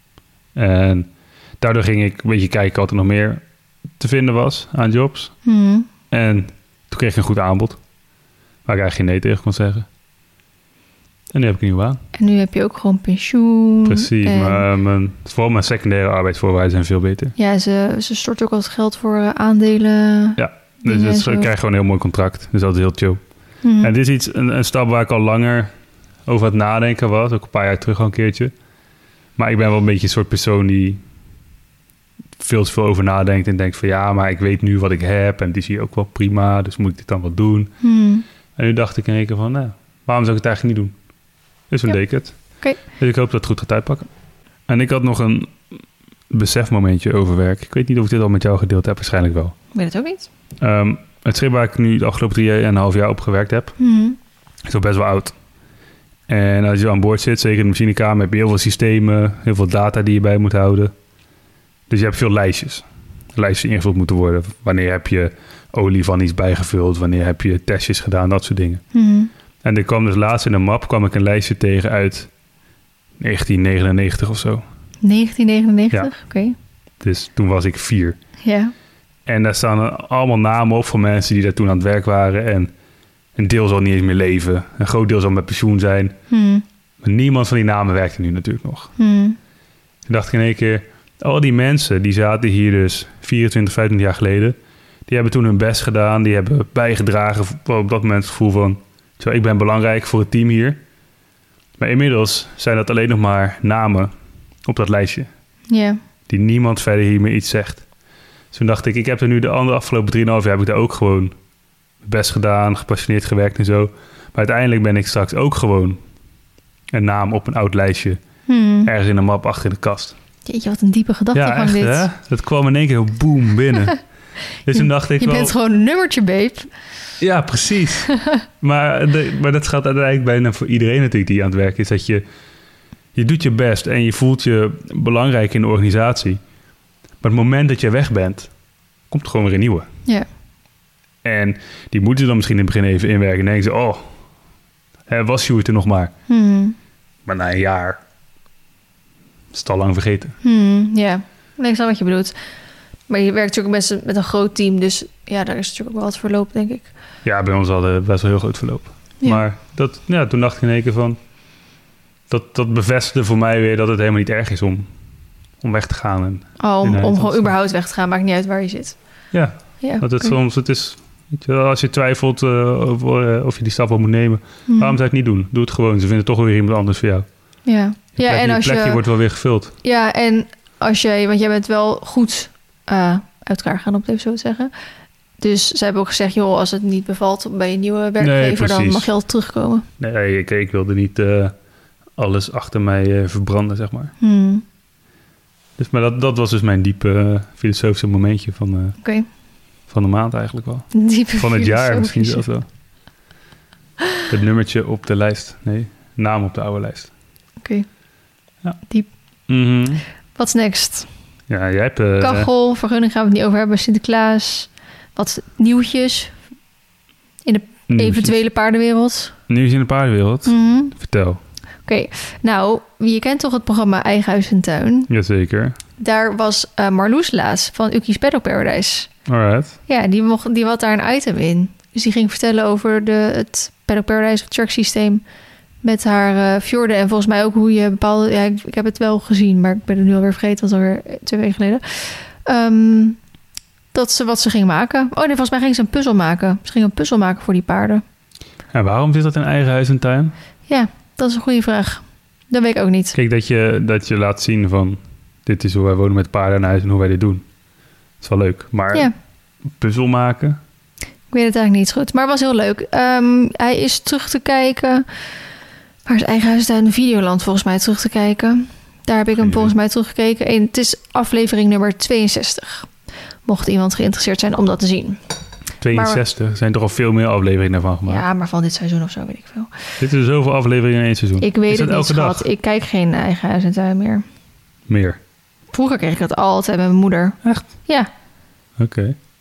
[SPEAKER 2] En daardoor ging ik een beetje kijken wat er nog meer te vinden was aan jobs.
[SPEAKER 1] Hmm.
[SPEAKER 2] En toen kreeg ik een goed aanbod. Waar ik eigenlijk geen nee tegen kon zeggen. En nu heb ik een nieuwe baan.
[SPEAKER 1] En nu heb je ook gewoon pensioen.
[SPEAKER 2] Precies,
[SPEAKER 1] en...
[SPEAKER 2] maar mijn, vooral mijn secundaire arbeidsvoorwaarden zijn veel beter.
[SPEAKER 1] Ja, ze, ze stort ook wat geld voor uh, aandelen.
[SPEAKER 2] Ja, dus, dus ik krijg gewoon een heel mooi contract. Dus dat is heel chill.
[SPEAKER 1] Hmm.
[SPEAKER 2] En dit is iets, een, een stap waar ik al langer over het nadenken was. Ook een paar jaar terug al een keertje. Maar ik ben wel een beetje een soort persoon die veel te veel over nadenkt. En denkt van ja, maar ik weet nu wat ik heb. En het is hier ook wel prima. Dus moet ik dit dan wel doen?
[SPEAKER 1] Hmm.
[SPEAKER 2] En nu dacht ik in één keer van, nou, waarom zou ik het eigenlijk niet doen? Dus toen
[SPEAKER 1] ja.
[SPEAKER 2] deed ik het.
[SPEAKER 1] Okay.
[SPEAKER 2] Dus ik hoop dat het goed gaat uitpakken. En ik had nog een besefmomentje over werk. Ik weet niet of ik dit al met jou gedeeld heb. Waarschijnlijk wel.
[SPEAKER 1] Ik weet het ook niet.
[SPEAKER 2] Um, het schip waar ik nu de afgelopen drie en een half jaar op gewerkt heb,
[SPEAKER 1] Hmm.
[SPEAKER 2] is al best wel oud. En als je aan boord zit, zeker in de machinekamer, heb je heel veel systemen, heel veel data die je bij moet houden. Dus je hebt veel lijstjes. Lijstjes die ingevuld moeten worden. Wanneer heb je olie van iets bijgevuld? Wanneer heb je testjes gedaan? Dat soort dingen.
[SPEAKER 1] Hmm.
[SPEAKER 2] En er kwam dus laatst in de map kwam ik een lijstje tegen uit negentien negenennegentig of zo.
[SPEAKER 1] negentien negenennegentig?
[SPEAKER 2] Ja.
[SPEAKER 1] Oké. Okay.
[SPEAKER 2] Dus toen was ik vier.
[SPEAKER 1] Ja.
[SPEAKER 2] En daar staan allemaal namen op van mensen die daar toen aan het werk waren. En een deel zal niet eens meer leven. Een groot deel zal met pensioen zijn.
[SPEAKER 1] Hmm.
[SPEAKER 2] Maar niemand van die namen werkte nu natuurlijk nog.
[SPEAKER 1] Hmm.
[SPEAKER 2] Toen dacht ik in één keer, al die mensen die zaten hier dus vierentwintig, vijfentwintig jaar geleden. Die hebben toen hun best gedaan. Die hebben bijgedragen op dat moment het gevoel van, zo, ik ben belangrijk voor het team hier. Maar inmiddels zijn dat alleen nog maar namen op dat lijstje.
[SPEAKER 1] Ja. Yeah.
[SPEAKER 2] Die niemand verder hier meer iets zegt. Dus toen dacht ik, ik heb er nu de andere afgelopen drieënhalf jaar heb ik daar ook gewoon mijn best gedaan, gepassioneerd gewerkt en zo. Maar uiteindelijk ben ik straks ook gewoon een naam op een oud lijstje. Hmm. Ergens in een map achter in de kast.
[SPEAKER 1] Jeetje, wat een diepe gedachte
[SPEAKER 2] ja,
[SPEAKER 1] van
[SPEAKER 2] echt,
[SPEAKER 1] dit.
[SPEAKER 2] Hè? Dat kwam in één keer boem binnen. Dus toen dacht ik
[SPEAKER 1] Je
[SPEAKER 2] wel,
[SPEAKER 1] bent gewoon een nummertje, babe.
[SPEAKER 2] Ja, precies. maar, de, maar dat gaat uiteindelijk bijna voor iedereen natuurlijk die aan het werken is. Dat je, je doet je best en je voelt je belangrijk in de organisatie. Maar het moment dat je weg bent, komt er gewoon weer een nieuwe.
[SPEAKER 1] Ja.
[SPEAKER 2] En die moeten dan misschien in het begin even inwerken. En denken ze, oh, hè, was Sjoerd er nog maar.
[SPEAKER 1] Hmm.
[SPEAKER 2] Maar na een jaar is het al lang vergeten.
[SPEAKER 1] Hmm, ja, nee, ik snap wat je bedoelt. Maar je werkt natuurlijk met, met een groot team. Dus ja, daar is natuurlijk ook wel wat verloop, denk ik.
[SPEAKER 2] Ja, bij ons hadden we best wel heel groot verloop. Ja. Maar dat, ja, toen dacht ik in één keer van... Dat, dat bevestigde voor mij weer dat het helemaal niet erg is om, om weg te gaan. En
[SPEAKER 1] oh, om, om gewoon überhaupt weg te gaan. Maakt niet uit waar je zit.
[SPEAKER 2] Ja, ja dat het okay. soms... Het is, als je twijfelt uh, over, uh, of je die stap wel moet nemen... Hmm. Waarom zou je het niet doen? Doe het gewoon. Ze vinden toch weer iemand anders voor jou.
[SPEAKER 1] Ja,
[SPEAKER 2] je
[SPEAKER 1] ja
[SPEAKER 2] plek,
[SPEAKER 1] en
[SPEAKER 2] je
[SPEAKER 1] als
[SPEAKER 2] plekje
[SPEAKER 1] je...
[SPEAKER 2] wordt wel weer gevuld.
[SPEAKER 1] Ja, en als jij... Want jij bent wel goed uh, uit elkaar gaan, om het even zo te zeggen... Dus ze hebben ook gezegd, joh, als het niet bevalt bij een nieuwe werkgever, nee, dan mag je altijd terugkomen.
[SPEAKER 2] Nee, ik, ik wilde niet uh, alles achter mij uh, verbranden, zeg maar.
[SPEAKER 1] Hmm.
[SPEAKER 2] Dus, maar dat, dat was dus mijn diepe uh, filosofische momentje van, uh,
[SPEAKER 1] okay.
[SPEAKER 2] van de maand eigenlijk wel.
[SPEAKER 1] Diepe
[SPEAKER 2] van het jaar misschien zelfs wel. Het nummertje op de lijst. Nee, naam op de oude lijst.
[SPEAKER 1] Oké, okay.
[SPEAKER 2] Ja.
[SPEAKER 1] Diep.
[SPEAKER 2] Mm-hmm.
[SPEAKER 1] What's next?
[SPEAKER 2] Ja, jij hebt... Uh,
[SPEAKER 1] Kachel, vergunning gaan we het niet over hebben. Sinterklaas... Wat nieuwtjes in de nieuwtjes. Eventuele paardenwereld.
[SPEAKER 2] Nieuws in de paardenwereld?
[SPEAKER 1] Mm-hmm.
[SPEAKER 2] Vertel.
[SPEAKER 1] Oké, okay. Nou, je kent toch het programma Eigen Huis en Tuin?
[SPEAKER 2] Jazeker.
[SPEAKER 1] Daar was uh, Marloes laatst van Uki's Paddock Paradise.
[SPEAKER 2] Alright.
[SPEAKER 1] Ja, die, mocht, die had daar een item in. Dus die ging vertellen over de, het Paddock Paradise track systeem met haar uh, fjorden. En volgens mij ook hoe je bepaalde... Ja, ik, ik heb het wel gezien, maar ik ben het nu alweer vergeten. Dat was alweer twee weken geleden. Um, Dat ze wat ze ging maken. Oh nee, volgens mij ging ze een puzzel maken. Ze ging een puzzel maken voor die paarden.
[SPEAKER 2] En waarom zit dat in eigen huis en tuin?
[SPEAKER 1] Ja, dat is een goede vraag. Dat weet ik ook niet.
[SPEAKER 2] Kijk, dat je, dat je laat zien van... Dit is hoe wij wonen met paarden in huis en hoe wij dit doen. Dat is wel leuk. Maar ja. Puzzel maken?
[SPEAKER 1] Ik weet het eigenlijk niet goed. Maar het was heel leuk. Um, hij is terug te kijken. Waar is eigen huis en tuin? Videoland volgens mij terug te kijken. Daar heb ik hem volgens mij teruggekeken. En het is aflevering nummer tweeënzestig. Mocht iemand geïnteresseerd zijn om dat te zien.
[SPEAKER 2] tweeënzestig? Er zijn toch al veel meer afleveringen daarvan gemaakt?
[SPEAKER 1] Ja, maar van dit seizoen of zo, weet ik veel.
[SPEAKER 2] Zitten er zoveel afleveringen in één seizoen?
[SPEAKER 1] Ik weet
[SPEAKER 2] is
[SPEAKER 1] het niet, schat.
[SPEAKER 2] Dag?
[SPEAKER 1] Ik kijk geen eigen huis en tuin meer.
[SPEAKER 2] Meer?
[SPEAKER 1] Vroeger kreeg ik dat altijd met mijn moeder.
[SPEAKER 2] Echt?
[SPEAKER 1] Ja.
[SPEAKER 2] Oké. Okay.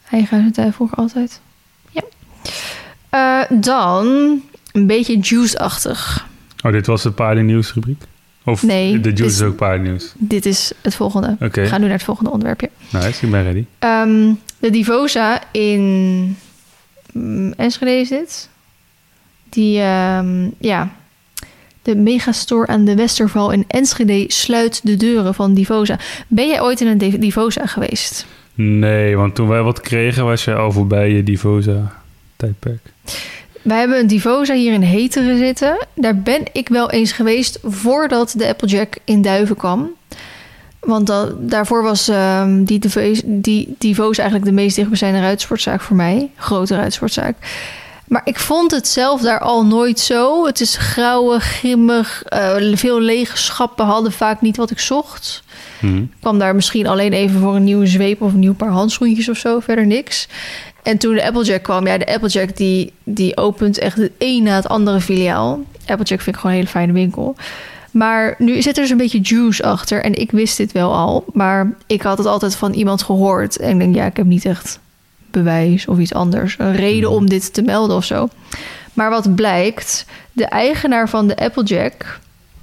[SPEAKER 1] Eigen huis en tuin vroeger altijd. Ja. Uh, dan een beetje juice-achtig.
[SPEAKER 2] Oh, dit was de paardennieuws-rubriek? Of
[SPEAKER 1] nee,
[SPEAKER 2] de juice
[SPEAKER 1] dit,
[SPEAKER 2] is ook paardennieuws?
[SPEAKER 1] Dit is het volgende.
[SPEAKER 2] Okay.
[SPEAKER 1] We gaan nu naar het volgende onderwerpje.
[SPEAKER 2] Nice, ik ben ready.
[SPEAKER 1] Um, de Divosa in um, Enschede is dit. Die, um, ja... De megastore aan de Westerval in Enschede sluit de deuren van Divosa. Ben jij ooit in een Divosa geweest?
[SPEAKER 2] Nee, want toen wij wat kregen was je al voorbij je Divosa-tijdperk.
[SPEAKER 1] Wij hebben een Divosa hier in Heteren zitten. Daar ben ik wel eens geweest voordat de Applejack in Duiven kwam. Want dat, daarvoor was um, die, die Divosa eigenlijk de meest dichtbijzijnde ruitsportzaak voor mij. Grote ruitsportzaak. Maar ik vond het zelf daar al nooit zo. Het is grauwig, grimmig. Uh, veel lege schappen hadden vaak niet wat ik zocht. Hmm. Ik kwam daar misschien alleen even voor een nieuwe zweep of een nieuw paar handschoentjes of zo. Verder niks. En toen de Applejack kwam, ja, de Applejack die, die opent echt het een na het andere filiaal. Applejack vind ik gewoon een hele fijne winkel. Maar nu zit er dus een beetje juice achter. En ik wist dit wel al. Maar ik had het altijd van iemand gehoord. En ik denk, ja, ik heb niet echt bewijs of iets anders. Een reden om dit te melden of zo. Maar wat blijkt, de eigenaar van de Applejack...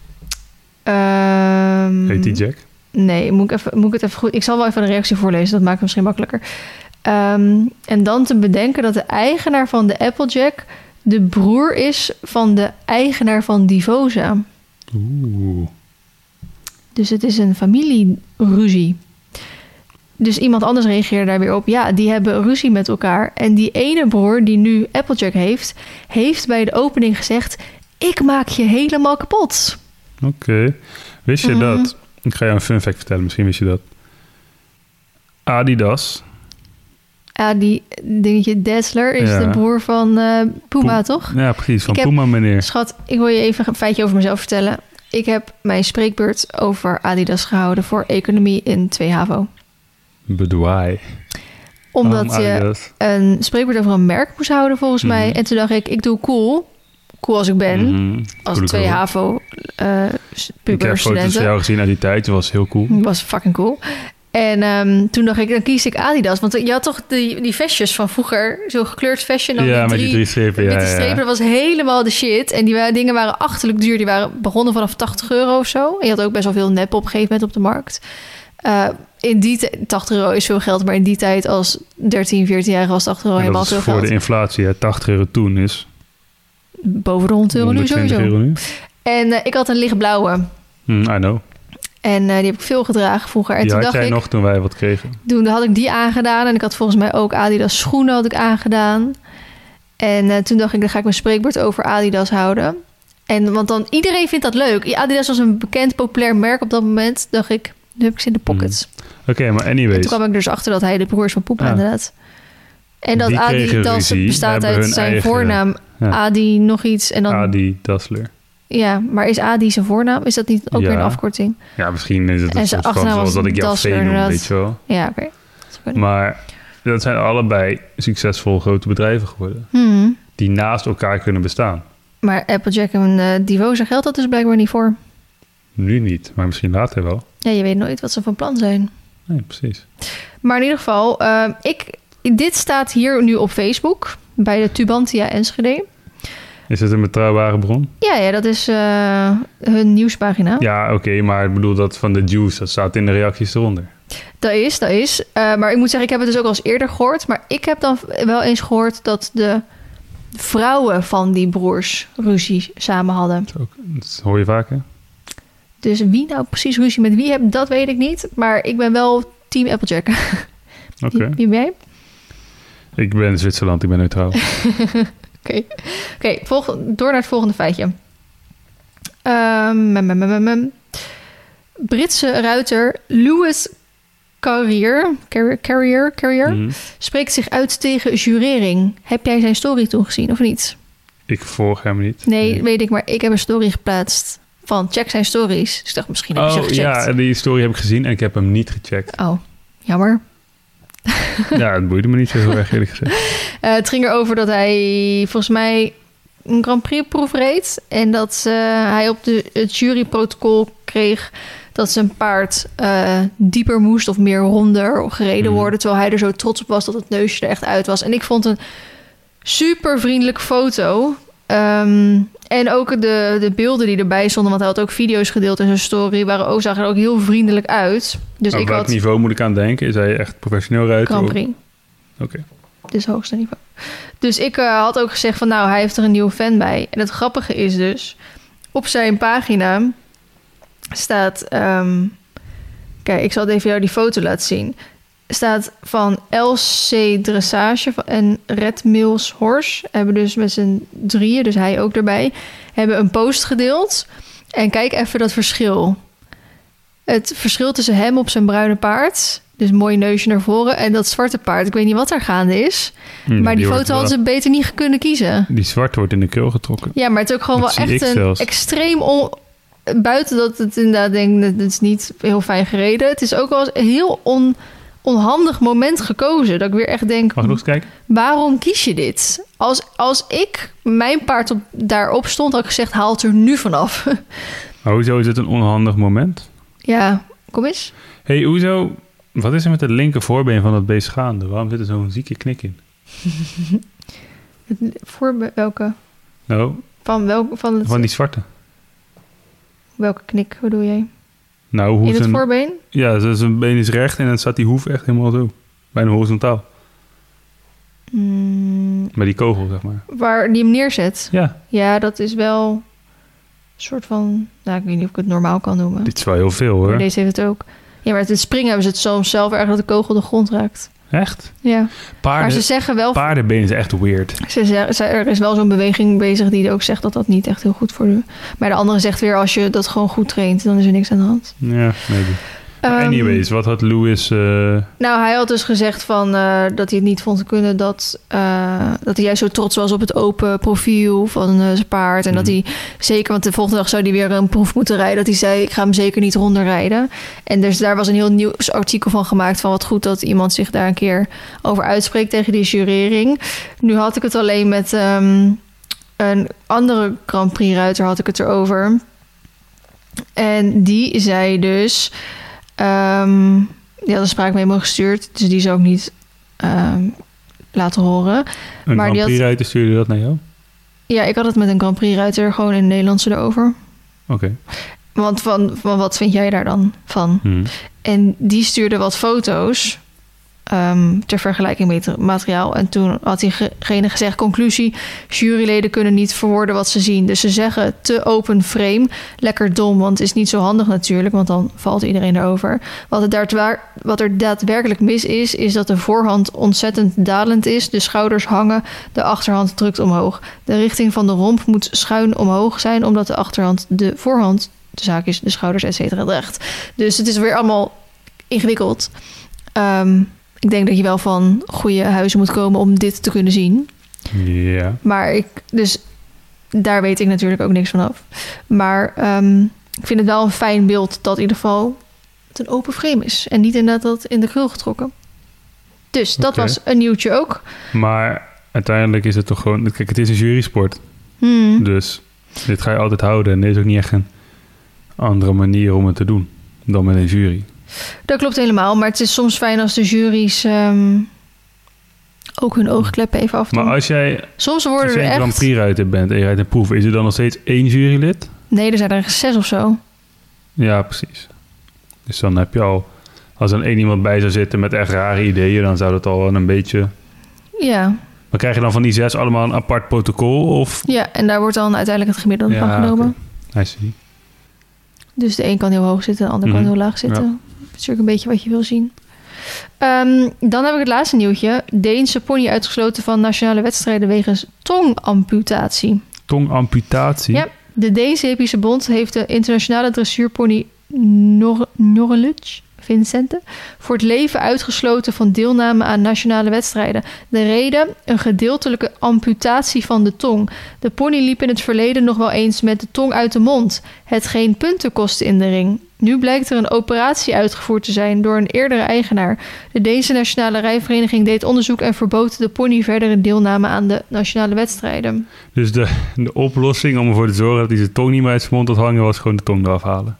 [SPEAKER 1] Um,
[SPEAKER 2] Heet die Jack?
[SPEAKER 1] Nee, moet ik, even, moet ik het even goed... Ik zal wel even een reactie voorlezen, dat maakt het misschien makkelijker. Um, en dan te bedenken dat de eigenaar van de Applejack de broer is van de eigenaar van Divosa.
[SPEAKER 2] Oeh.
[SPEAKER 1] Dus het is een familieruzie. Dus iemand anders reageerde daar weer op. Ja, die hebben ruzie met elkaar. En die ene broer die nu Applejack heeft... heeft bij de opening gezegd... ik maak je helemaal kapot.
[SPEAKER 2] Oké. Okay. Wist je mm-hmm. dat... Ik ga jou een fun fact vertellen. Misschien wist je dat. Adidas...
[SPEAKER 1] Adi, dingetje Dazzler is ja. de broer van uh, Puma, P- toch?
[SPEAKER 2] Ja, precies. Van
[SPEAKER 1] ik
[SPEAKER 2] Puma,
[SPEAKER 1] heb,
[SPEAKER 2] meneer.
[SPEAKER 1] Schat, ik wil je even een feitje over mezelf vertellen. Ik heb mijn spreekbeurt over Adidas gehouden voor economie in twee HAVO.
[SPEAKER 2] Bedwaai.
[SPEAKER 1] Omdat um, je een spreekbeurt over een merk moest houden, volgens mm-hmm. mij. En toen dacht ik, ik doe cool. Cool als ik ben. Mm-hmm. Als cool twee HAVO uh,
[SPEAKER 2] Ik heb foto's van jou gezien uit die tijd. Dat was heel cool.
[SPEAKER 1] Dat was fucking cool. En um, toen dacht ik, dan kies ik Adidas. Want je had toch die, die vestjes van vroeger. Zo'n gekleurd vestje. En dan
[SPEAKER 2] ja,
[SPEAKER 1] die
[SPEAKER 2] met
[SPEAKER 1] drie,
[SPEAKER 2] die drie strepen.
[SPEAKER 1] Met
[SPEAKER 2] ja,
[SPEAKER 1] die strepen, ja. Dat was helemaal de shit. En die dingen waren achterlijk duur. Die waren begonnen vanaf tachtig euro of zo. En je had ook best wel veel nep op een gegeven moment op de markt. Uh, in die t- tachtig euro is veel geld. Maar in die tijd als dertien, veertien jaar was tachtig euro helemaal veel geld.
[SPEAKER 2] Voor de inflatie. Hè. tachtig euro toen is...
[SPEAKER 1] Boven de honderd euro nu sowieso. Euro nu. En uh, ik had een lichtblauwe.
[SPEAKER 2] Mm, I know.
[SPEAKER 1] En uh, die heb ik veel gedragen vroeger. En
[SPEAKER 2] die
[SPEAKER 1] toen
[SPEAKER 2] had
[SPEAKER 1] dacht
[SPEAKER 2] jij
[SPEAKER 1] ik,
[SPEAKER 2] nog toen wij wat kregen?
[SPEAKER 1] Toen had ik die aangedaan. En ik had volgens mij ook Adidas schoenen had ik aangedaan. En uh, toen dacht ik, dan ga ik mijn spreekbeurt over Adidas houden. En want dan, iedereen vindt dat leuk. Adidas was een bekend, populair merk op dat moment. Dacht ik, nu heb ik ze in de pockets.
[SPEAKER 2] Mm. Oké, okay, maar anyways.
[SPEAKER 1] En toen kwam ik dus achter dat hij de broer is van Puma, ja. inderdaad. En dat Adidas bestaat uit zijn eigen, voornaam. Ja. Adi nog iets. En dan
[SPEAKER 2] Adi Dassler.
[SPEAKER 1] Ja, maar is Adi zijn voornaam? Is dat niet ook ja. weer een afkorting?
[SPEAKER 2] Ja, misschien is het een soort van zoals dat ik jou V noem, weet je wel.
[SPEAKER 1] Ja, oké. Okay.
[SPEAKER 2] Maar dat zijn allebei succesvol grote bedrijven geworden.
[SPEAKER 1] Hmm.
[SPEAKER 2] Die naast elkaar kunnen bestaan.
[SPEAKER 1] Maar Applejack en uh, Divosa geldt dat dus blijkbaar niet voor.
[SPEAKER 2] Nu niet, maar misschien later wel.
[SPEAKER 1] Ja, je weet nooit wat ze van plan zijn.
[SPEAKER 2] Nee, precies.
[SPEAKER 1] Maar in ieder geval, uh, ik, dit staat hier nu op Facebook. Bij de Tubantia Enschede.
[SPEAKER 2] Is het een betrouwbare bron?
[SPEAKER 1] Ja, ja, dat is uh, hun nieuwspagina.
[SPEAKER 2] Ja, oké, okay, maar ik bedoel dat van de Juice, dat staat in de reacties eronder.
[SPEAKER 1] Dat is, dat is. Uh, maar ik moet zeggen, ik heb het dus ook al eens eerder gehoord. Maar ik heb dan wel eens gehoord dat de vrouwen van die broers ruzie samen hadden.
[SPEAKER 2] Dat, ook, dat hoor je vaker.
[SPEAKER 1] Dus wie nou precies ruzie met wie heeft, dat weet ik niet. Maar ik ben wel team Applejack. Oké.
[SPEAKER 2] Okay.
[SPEAKER 1] Wie, wie ben jij?
[SPEAKER 2] Ik ben in Zwitserland, ik ben neutraal.
[SPEAKER 1] Oké, okay. okay, door naar het volgende feitje. Um, mem, mem, mem, mem. Britse ruiter Lewis Carrier, Carrier, Carrier, Carrier mm-hmm. spreekt zich uit tegen jurering. Heb jij zijn story toen gezien of niet?
[SPEAKER 2] Ik volg hem niet.
[SPEAKER 1] Nee, nee, weet ik, maar ik heb een story geplaatst van check zijn stories. Dus ik dacht, misschien heb je
[SPEAKER 2] oh,
[SPEAKER 1] ze gecheckt.
[SPEAKER 2] Ja, die story heb ik gezien en ik heb hem niet gecheckt.
[SPEAKER 1] Oh, jammer.
[SPEAKER 2] Ja, het boeide me niet zo heel erg, eerlijk gezegd.
[SPEAKER 1] Uh, het ging erover dat hij volgens mij een Grand Prix proef reed. En dat uh, hij op de, het juryprotocol kreeg dat zijn paard uh, dieper moest of meer ronder gereden
[SPEAKER 2] Mm.
[SPEAKER 1] worden, terwijl hij er zo trots op was dat het neusje er echt uit was. En ik vond een super vriendelijke foto. Um, en ook de, de beelden die erbij stonden, want hij had ook video's gedeeld in zijn story, waren ook, zagen er ook heel vriendelijk uit. Dus
[SPEAKER 2] Op
[SPEAKER 1] ik
[SPEAKER 2] welk
[SPEAKER 1] had
[SPEAKER 2] niveau moet ik aan denken? Is hij echt professioneel rijden?
[SPEAKER 1] Grand Prix.
[SPEAKER 2] Oké. Okay.
[SPEAKER 1] Dus hoogste niveau. Dus ik uh, had ook gezegd van nou, hij heeft er een nieuwe fan bij. En het grappige is dus, op zijn pagina staat, um, kijk, ik zal even jou die foto laten zien. Staat van L C Dressage en Red Mills Horse. Hebben dus met z'n drieën, dus hij ook erbij, hebben een post gedeeld. En kijk even dat verschil. Het verschil tussen hem op zijn bruine paard, dus een mooi neusje naar voren, en dat zwarte paard. Ik weet niet wat er gaande is.
[SPEAKER 2] Nee,
[SPEAKER 1] maar die,
[SPEAKER 2] die
[SPEAKER 1] foto hadden ze beter niet kunnen kiezen.
[SPEAKER 2] Die zwarte wordt in de keel getrokken.
[SPEAKER 1] Ja, maar het is ook gewoon
[SPEAKER 2] dat
[SPEAKER 1] wel echt een
[SPEAKER 2] zelfs.
[SPEAKER 1] extreem... On... Buiten dat het inderdaad denk dat het is niet heel fijn gereden. Het is ook wel een heel on... onhandig moment gekozen. Dat ik weer echt denk,
[SPEAKER 2] Mag ik nog eens kijken?
[SPEAKER 1] Waarom kies je dit? Als, als ik mijn paard op, daarop stond, had ik gezegd, haal het er nu vanaf.
[SPEAKER 2] Maar hoezo is het een onhandig moment?
[SPEAKER 1] Ja, kom eens.
[SPEAKER 2] Hé, hey, hoezo... Wat is er met het linker voorbeen van dat beest gaande? Waarom zit er zo'n zieke knik in?
[SPEAKER 1] Voor welke?
[SPEAKER 2] Nou,
[SPEAKER 1] Van welke? Van, het,
[SPEAKER 2] van die zwarte.
[SPEAKER 1] welke knik bedoel jij?
[SPEAKER 2] Nou, hoe
[SPEAKER 1] In het
[SPEAKER 2] zijn,
[SPEAKER 1] voorbeen?
[SPEAKER 2] Ja, zijn been is recht en dan staat die hoef echt helemaal zo. Bijna horizontaal.
[SPEAKER 1] Mm,
[SPEAKER 2] Met die kogel, zeg maar.
[SPEAKER 1] waar die hem neerzet?
[SPEAKER 2] Ja.
[SPEAKER 1] Ja, dat is wel een soort van... Nou, ik weet niet of ik het normaal kan noemen.
[SPEAKER 2] Dit is wel heel veel, hoor.
[SPEAKER 1] Maar deze heeft het ook. Ja, maar het springen hebben ze het soms zelf erg dat de kogel de grond raakt.
[SPEAKER 2] Echt?
[SPEAKER 1] Ja.
[SPEAKER 2] Paarden,
[SPEAKER 1] maar ze zeggen wel...
[SPEAKER 2] Paardenbeen is echt weird.
[SPEAKER 1] Ze zeggen, er is wel zo'n beweging bezig die ook zegt dat dat niet echt heel goed voor de... Maar de andere zegt weer, als je dat gewoon goed traint, dan is er niks aan de hand.
[SPEAKER 2] Ja, maybe.
[SPEAKER 1] Um,
[SPEAKER 2] Anyways, wat had Lewis... Uh...
[SPEAKER 1] Nou, hij had dus gezegd van, uh, dat hij het niet vond kunnen dat, uh, dat hij juist zo trots was op het open profiel van uh, zijn paard. En mm. dat hij zeker, want de volgende dag zou hij weer een proef moeten rijden. Dat hij zei, ik ga hem zeker niet ronderrijden. En dus daar was een heel nieuw artikel van gemaakt van wat goed dat iemand zich daar een keer over uitspreekt tegen die jurering. Nu had ik het alleen met um, een andere Grand Prix ruiter had ik het erover. En die zei dus... Um, die had een spraakmemo gestuurd, dus die zou ik niet um, laten horen.
[SPEAKER 2] Een
[SPEAKER 1] maar
[SPEAKER 2] Grand Prix-ruiter stuurde dat naar jou?
[SPEAKER 1] Ja, ik had het met een Grand Prix-ruiter gewoon in het Nederlands erover.
[SPEAKER 2] Oké. Okay.
[SPEAKER 1] Want van, van wat vind jij daar dan van? Hmm. En die stuurde wat foto's um, ter vergelijking met materiaal. En toen had diegene gezegd, conclusie, juryleden kunnen niet verwoorden wat ze zien. Dus ze zeggen te open frame. Lekker dom, want het is niet zo handig natuurlijk, want dan valt iedereen erover. Wat er, daadwa- wat er daadwerkelijk mis is, is dat de voorhand ontzettend dalend is. De schouders hangen, de achterhand drukt omhoog. De richting van de romp moet schuin omhoog zijn, omdat de achterhand de voorhand, de zaak is de schouders, et cetera, draagt. Dus het is weer allemaal ingewikkeld. Um, Ik denk dat je wel van goede huizen moet komen om dit te kunnen zien.
[SPEAKER 2] Ja.
[SPEAKER 1] Maar ik, dus daar weet ik natuurlijk ook niks van af. Maar um, ik vind het wel een fijn beeld dat in ieder geval het een open frame is. En niet inderdaad dat in de krul getrokken. Dus dat okay. was een nieuwtje ook.
[SPEAKER 2] Maar uiteindelijk is het toch gewoon... Kijk, het is een jurysport.
[SPEAKER 1] Hmm.
[SPEAKER 2] Dus dit ga je altijd houden. En er is ook niet echt een andere manier om het te doen dan met een jury.
[SPEAKER 1] Dat klopt helemaal, maar het is soms fijn als de jury's um, ook hun oogkleppen even afdoen.
[SPEAKER 2] Maar als jij,
[SPEAKER 1] soms worden
[SPEAKER 2] als jij
[SPEAKER 1] er
[SPEAKER 2] een
[SPEAKER 1] echt...
[SPEAKER 2] Grand Prix-ruiter bent en je rijdt een proef, is er dan nog steeds één jurylid?
[SPEAKER 1] Nee, er zijn er zes of zo.
[SPEAKER 2] Ja, precies. Dus dan heb je al... Als er één iemand bij zou zitten met echt rare ideeën, dan zou dat al een beetje...
[SPEAKER 1] Ja.
[SPEAKER 2] Maar krijg je dan van die zes allemaal een apart protocol? Of...
[SPEAKER 1] Ja, en daar wordt dan uiteindelijk het gemiddelde
[SPEAKER 2] ja,
[SPEAKER 1] van genomen.
[SPEAKER 2] Okay. I see.
[SPEAKER 1] Dus de een kan heel hoog zitten, de ander mm-hmm. kan heel laag zitten. Ja. Dat is natuurlijk een beetje wat je wil zien. Um, dan heb ik het laatste nieuwtje. Deense pony uitgesloten van nationale wedstrijden wegens tongamputatie.
[SPEAKER 2] Tongamputatie?
[SPEAKER 1] Ja, de Deense Hippische Bond heeft de internationale dressuurpony Nor- Norreluch Vincente voor het leven uitgesloten van deelname aan nationale wedstrijden. De reden? Een gedeeltelijke amputatie van de tong. De pony liep in het verleden nog wel eens met de tong uit de mond, hetgeen punten kostte in de ring. Nu blijkt er een operatie uitgevoerd te zijn door een eerdere eigenaar. De Deense Nationale Rijvereniging deed onderzoek en verbood de pony verdere deelname aan de nationale wedstrijden.
[SPEAKER 2] Dus de, de oplossing om ervoor te zorgen dat hij zijn tong niet meer uit zijn mond had hangen, was gewoon de tong eraf halen?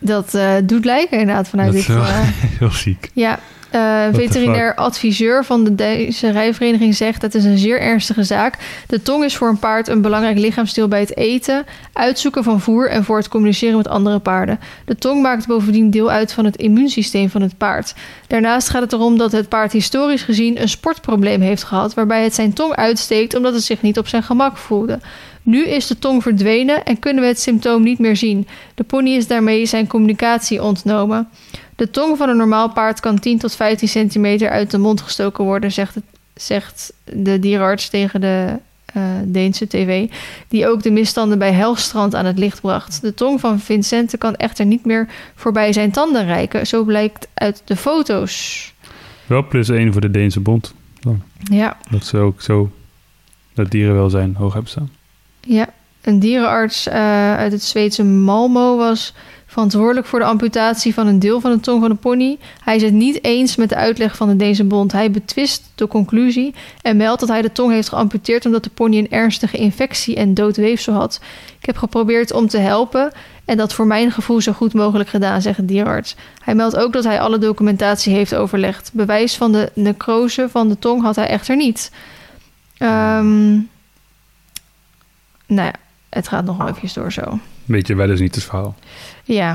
[SPEAKER 1] Dat uh, doet lijken inderdaad vanuit
[SPEAKER 2] dat
[SPEAKER 1] dit...
[SPEAKER 2] is wel
[SPEAKER 1] Uh,
[SPEAKER 2] heel ziek.
[SPEAKER 1] Ja, uh, veterinair adviseur van de deze rijvereniging zegt... het is een zeer ernstige zaak. De tong is voor een paard een belangrijk lichaamsdeel bij het eten... uitzoeken van voer en voor het communiceren met andere paarden. De tong maakt bovendien deel uit van het immuunsysteem van het paard. Daarnaast gaat het erom dat het paard historisch gezien... een sportprobleem heeft gehad... waarbij het zijn tong uitsteekt omdat het zich niet op zijn gemak voelde... Nu is de tong verdwenen en kunnen we het symptoom niet meer zien. De pony is daarmee zijn communicatie ontnomen. De tong van een normaal paard kan tien tot vijftien centimeter uit de mond gestoken worden, zegt, het, zegt de dierenarts tegen de uh, Deense tv, die ook de misstanden bij Helgstrand aan het licht bracht. De tong van Vincente kan echter niet meer voorbij zijn tanden reiken, zo blijkt uit de foto's.
[SPEAKER 2] Wel plus één voor de Deense bond. Dan.
[SPEAKER 1] Ja.
[SPEAKER 2] Dat ze ook zo dat dierenwelzijn hoog hebben staan.
[SPEAKER 1] Ja, een dierenarts uh, uit het Zweedse Malmö was verantwoordelijk voor de amputatie van een deel van de tong van de pony. Hij is het niet eens met de uitleg van de Deense bond. Hij betwist de conclusie en meldt dat hij de tong heeft geamputeerd omdat de pony een ernstige infectie en dood weefsel had. Ik heb geprobeerd om te helpen en dat voor mijn gevoel zo goed mogelijk gedaan, zegt de dierenarts. Hij meldt ook dat hij alle documentatie heeft overlegd. Bewijs van de necrose van de tong had hij echter niet. Um, nou ja, het gaat nog wel even door zo.
[SPEAKER 2] Weet je wel eens niet het verhaal.
[SPEAKER 1] Ja.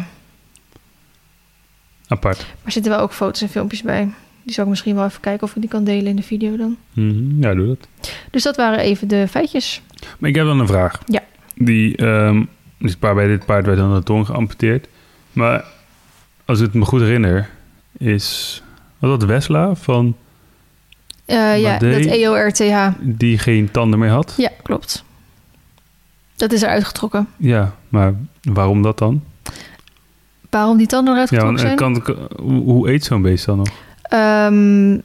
[SPEAKER 2] Apart.
[SPEAKER 1] Maar er zitten wel ook foto's en filmpjes bij. Die zal ik misschien wel even kijken of ik die kan delen in de video dan.
[SPEAKER 2] Mm-hmm, ja, doe dat.
[SPEAKER 1] Dus dat waren even de feitjes.
[SPEAKER 2] Maar ik heb dan een vraag.
[SPEAKER 1] Ja.
[SPEAKER 2] Die, um, dus bij dit paard werd dan de tong geamputeerd. Maar als ik het me goed herinner, is... Was dat Wesla van...
[SPEAKER 1] Uh, ja, dat E O R T H.
[SPEAKER 2] Die geen tanden meer had?
[SPEAKER 1] Ja, klopt. Dat is eruit getrokken.
[SPEAKER 2] Ja, maar waarom dat dan?
[SPEAKER 1] Waarom die tanden eruit getrokken
[SPEAKER 2] ja,
[SPEAKER 1] zijn?
[SPEAKER 2] Kan, kan, hoe, hoe eet zo'n beest dan nog?
[SPEAKER 1] Um,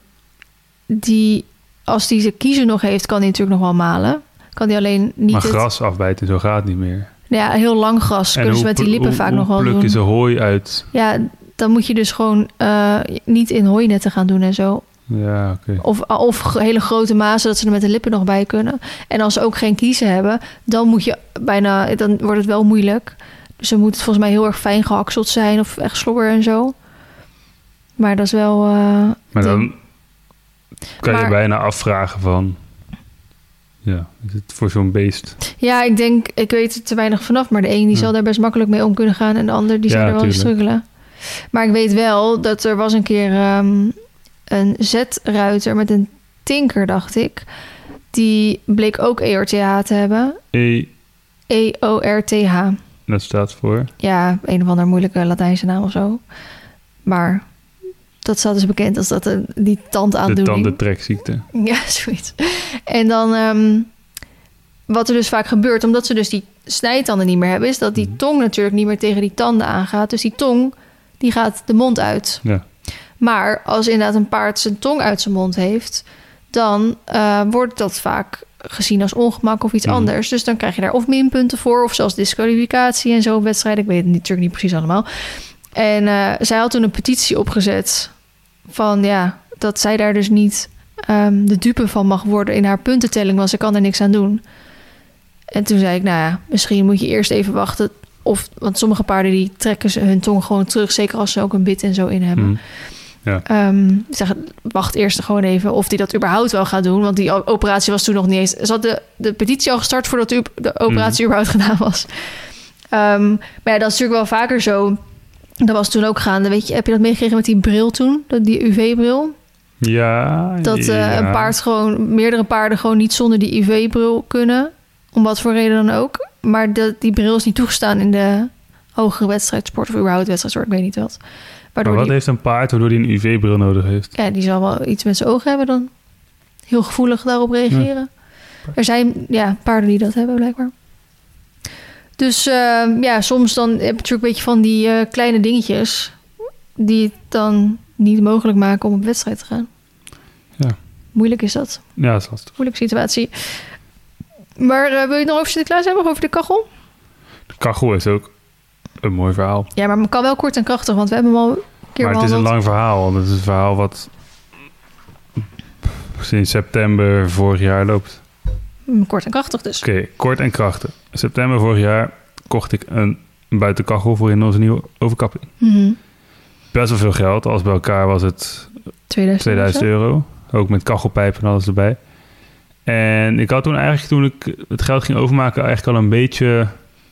[SPEAKER 1] die, als die zijn kiezen nog heeft, kan hij natuurlijk nog wel malen. Kan die alleen niet...
[SPEAKER 2] Maar
[SPEAKER 1] het...
[SPEAKER 2] gras afbijten, zo gaat het niet meer.
[SPEAKER 1] Ja, heel lang gras. En kunnen ze met die lippen
[SPEAKER 2] hoe,
[SPEAKER 1] vaak
[SPEAKER 2] hoe
[SPEAKER 1] nog wel doen.
[SPEAKER 2] Hoe pluk je ze hooi uit?
[SPEAKER 1] Ja, dan moet je dus gewoon uh, niet in hooinetten gaan doen en zo.
[SPEAKER 2] Ja, oké. Okay.
[SPEAKER 1] Of, of hele grote mazen, dat ze er met de lippen nog bij kunnen. En als ze ook geen kiezen hebben, dan moet je bijna... Dan wordt het wel moeilijk. Dus dan moet het volgens mij heel erg fijn gehakseld zijn of echt slobber en zo. Maar dat is wel... Uh,
[SPEAKER 2] maar dan kan
[SPEAKER 1] maar,
[SPEAKER 2] je bijna afvragen van... Ja, is het voor zo'n beest?
[SPEAKER 1] Ja, ik denk... Ik weet er te weinig vanaf, maar de een die ja. zal daar best makkelijk mee om kunnen gaan... en de ander die ja, zal er wel in struggelen. Maar ik weet wel dat er was een keer... Um, een Z-ruiter met een tinker, dacht ik. Die bleek ook E O R T H te hebben.
[SPEAKER 2] E...
[SPEAKER 1] E O R T H.
[SPEAKER 2] Dat staat voor?
[SPEAKER 1] Ja, een of andere moeilijke Latijnse naam of zo. Maar dat staat dus bekend als dat een, die tandaandoening.
[SPEAKER 2] De tandentrekziekte.
[SPEAKER 1] Ja, zoiets. En dan... Um, wat er dus vaak gebeurt, omdat ze dus die snijtanden niet meer hebben... is dat die mm. tong natuurlijk niet meer tegen die tanden aangaat. Dus die tong, die gaat de mond uit.
[SPEAKER 2] Ja.
[SPEAKER 1] Maar als inderdaad een paard zijn tong uit zijn mond heeft... dan uh, wordt dat vaak gezien als ongemak of iets mm. anders. Dus dan krijg je daar of minpunten voor... of zelfs disqualificatie en zo wedstrijden. Ik weet het natuurlijk niet precies allemaal. En uh, zij had toen een petitie opgezet... van ja, dat zij daar dus niet um, de dupe van mag worden... in haar puntentelling, want ze kan er niks aan doen. En toen zei ik, nou ja, misschien moet je eerst even wachten... Of, want sommige paarden die trekken ze hun tong gewoon terug... zeker als ze ook een bit en zo in hebben... Mm. Ja. Um, zeg, wacht eerst gewoon even of die dat überhaupt wel gaat doen. Want die operatie was toen nog niet eens... Ze had de, de petitie al gestart voordat de, de operatie mm. überhaupt gedaan was. Um, maar ja, dat is natuurlijk wel vaker zo. Dat was toen ook gaande. Weet je, heb je dat meegekregen met die bril toen? Die U V-bril?
[SPEAKER 2] Ja.
[SPEAKER 1] Dat uh,
[SPEAKER 2] ja.
[SPEAKER 1] een paard gewoon... Meerdere paarden gewoon niet zonder die U V-bril kunnen. Om wat voor reden dan ook. Maar de, die bril is niet toegestaan in de hogere wedstrijdsport... of überhaupt wedstrijdsport, ik weet niet wat...
[SPEAKER 2] Maar wat die, heeft een paard waardoor hij een U V-bril nodig heeft?
[SPEAKER 1] Ja, die zal wel iets met zijn ogen hebben dan. Heel gevoelig daarop reageren. Ja. Er zijn ja, paarden die dat hebben, blijkbaar. Dus uh, ja, soms dan heb je natuurlijk een beetje van die uh, kleine dingetjes... die het dan niet mogelijk maken om op wedstrijd te gaan.
[SPEAKER 2] Ja.
[SPEAKER 1] Moeilijk is dat.
[SPEAKER 2] Ja, dat is lastig.
[SPEAKER 1] Moeilijke situatie. Maar uh, wil je het nog over Sinterklaas hebben, over de kachel?
[SPEAKER 2] De kachel is ook... een mooi verhaal.
[SPEAKER 1] Ja, maar het kan wel kort en krachtig, want we hebben hem al een keer
[SPEAKER 2] Maar het
[SPEAKER 1] behandeld.
[SPEAKER 2] is een lang verhaal, want het is een verhaal wat sinds september vorig jaar loopt.
[SPEAKER 1] Kort en krachtig dus.
[SPEAKER 2] Oké, okay, kort en krachtig. In september vorig jaar kocht ik een een buitenkachel voor in onze nieuwe overkapping.
[SPEAKER 1] Mm-hmm.
[SPEAKER 2] Best wel veel geld. Alles bij elkaar was het
[SPEAKER 1] tweeduizend,
[SPEAKER 2] tweeduizend euro. Ook met kachelpijp en alles erbij. En ik had toen eigenlijk, toen ik het geld ging overmaken, eigenlijk al een beetje... een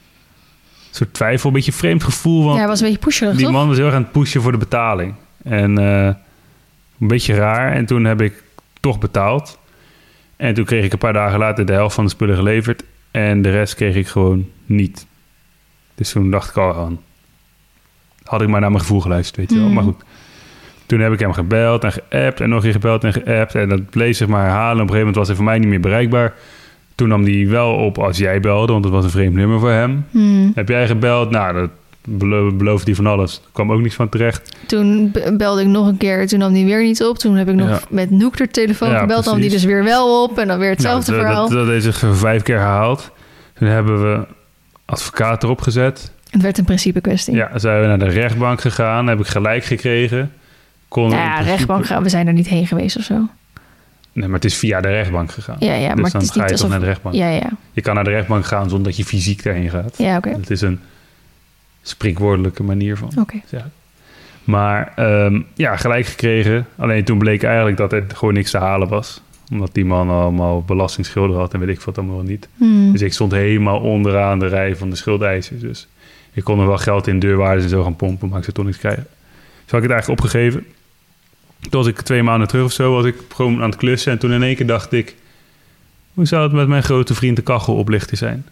[SPEAKER 2] soort twijfel, een beetje vreemd gevoel. Want
[SPEAKER 1] ja, hij was een beetje pusherig,
[SPEAKER 2] die
[SPEAKER 1] toch?
[SPEAKER 2] man was heel erg aan het pushen voor de betaling. En uh, een beetje raar. En toen heb ik toch betaald. En toen kreeg ik een paar dagen later de helft van de spullen geleverd. En de rest kreeg ik gewoon niet. Dus toen dacht ik al aan... had ik maar naar mijn gevoel geluisterd, weet je wel.
[SPEAKER 1] Mm.
[SPEAKER 2] Maar goed. Toen heb ik hem gebeld en geappt. En nog een gebeld en geappt. En dat bleef zich maar herhalen. Op een gegeven moment was hij voor mij niet meer bereikbaar. Toen nam hij wel op als jij belde. Want het was een vreemd nummer voor hem.
[SPEAKER 1] Mm.
[SPEAKER 2] Heb jij gebeld? Nou, dat belo- beloofde hij van alles. Er kwam ook niets van terecht.
[SPEAKER 1] Toen b- belde ik nog een keer. Toen nam hij weer niet op. Toen heb ik nog
[SPEAKER 2] Ja.
[SPEAKER 1] met Noek de telefoon
[SPEAKER 2] Ja,
[SPEAKER 1] gebeld. Dan nam die
[SPEAKER 2] precies.
[SPEAKER 1] dus weer wel op. En dan weer hetzelfde
[SPEAKER 2] Nou,
[SPEAKER 1] verhaal.
[SPEAKER 2] Dat, dat, dat heeft zich vijf keer herhaald. Toen hebben we advocaat erop gezet.
[SPEAKER 1] Het werd een principe kwestie.
[SPEAKER 2] Ja, zijn we naar de rechtbank gegaan. Heb ik gelijk gekregen. Kon
[SPEAKER 1] Nou
[SPEAKER 2] in
[SPEAKER 1] ja,
[SPEAKER 2] principe-
[SPEAKER 1] rechtbank gaan. We zijn er niet heen geweest of zo.
[SPEAKER 2] Nee, maar het is via de rechtbank gegaan.
[SPEAKER 1] Ja, ja,
[SPEAKER 2] dus
[SPEAKER 1] maar
[SPEAKER 2] dan
[SPEAKER 1] het is
[SPEAKER 2] ga
[SPEAKER 1] niet
[SPEAKER 2] je toch
[SPEAKER 1] alsof...
[SPEAKER 2] naar de rechtbank.
[SPEAKER 1] Ja, ja.
[SPEAKER 2] Je kan naar de rechtbank gaan zonder dat je fysiek daarheen gaat.
[SPEAKER 1] Ja, oké.
[SPEAKER 2] Het is een spreekwoordelijke manier van
[SPEAKER 1] Oké.
[SPEAKER 2] zeggen. Maar um, ja, gelijk gekregen. Alleen toen bleek eigenlijk dat er gewoon niks te halen was. Omdat die man allemaal belastingsschulden had en weet ik wat allemaal niet.
[SPEAKER 1] Hmm.
[SPEAKER 2] Dus ik stond helemaal onderaan de rij van de schuldeisers. Dus ik kon er wel geld in deurwaarders en zo gaan pompen, maar ik zou toch niks krijgen. Dus had ik het eigenlijk opgegeven. Toen was ik twee maanden terug of zo, was ik gewoon aan het klussen. En toen in één keer dacht ik, hoe zou het met mijn grote vriend de kacheloplichter zijn?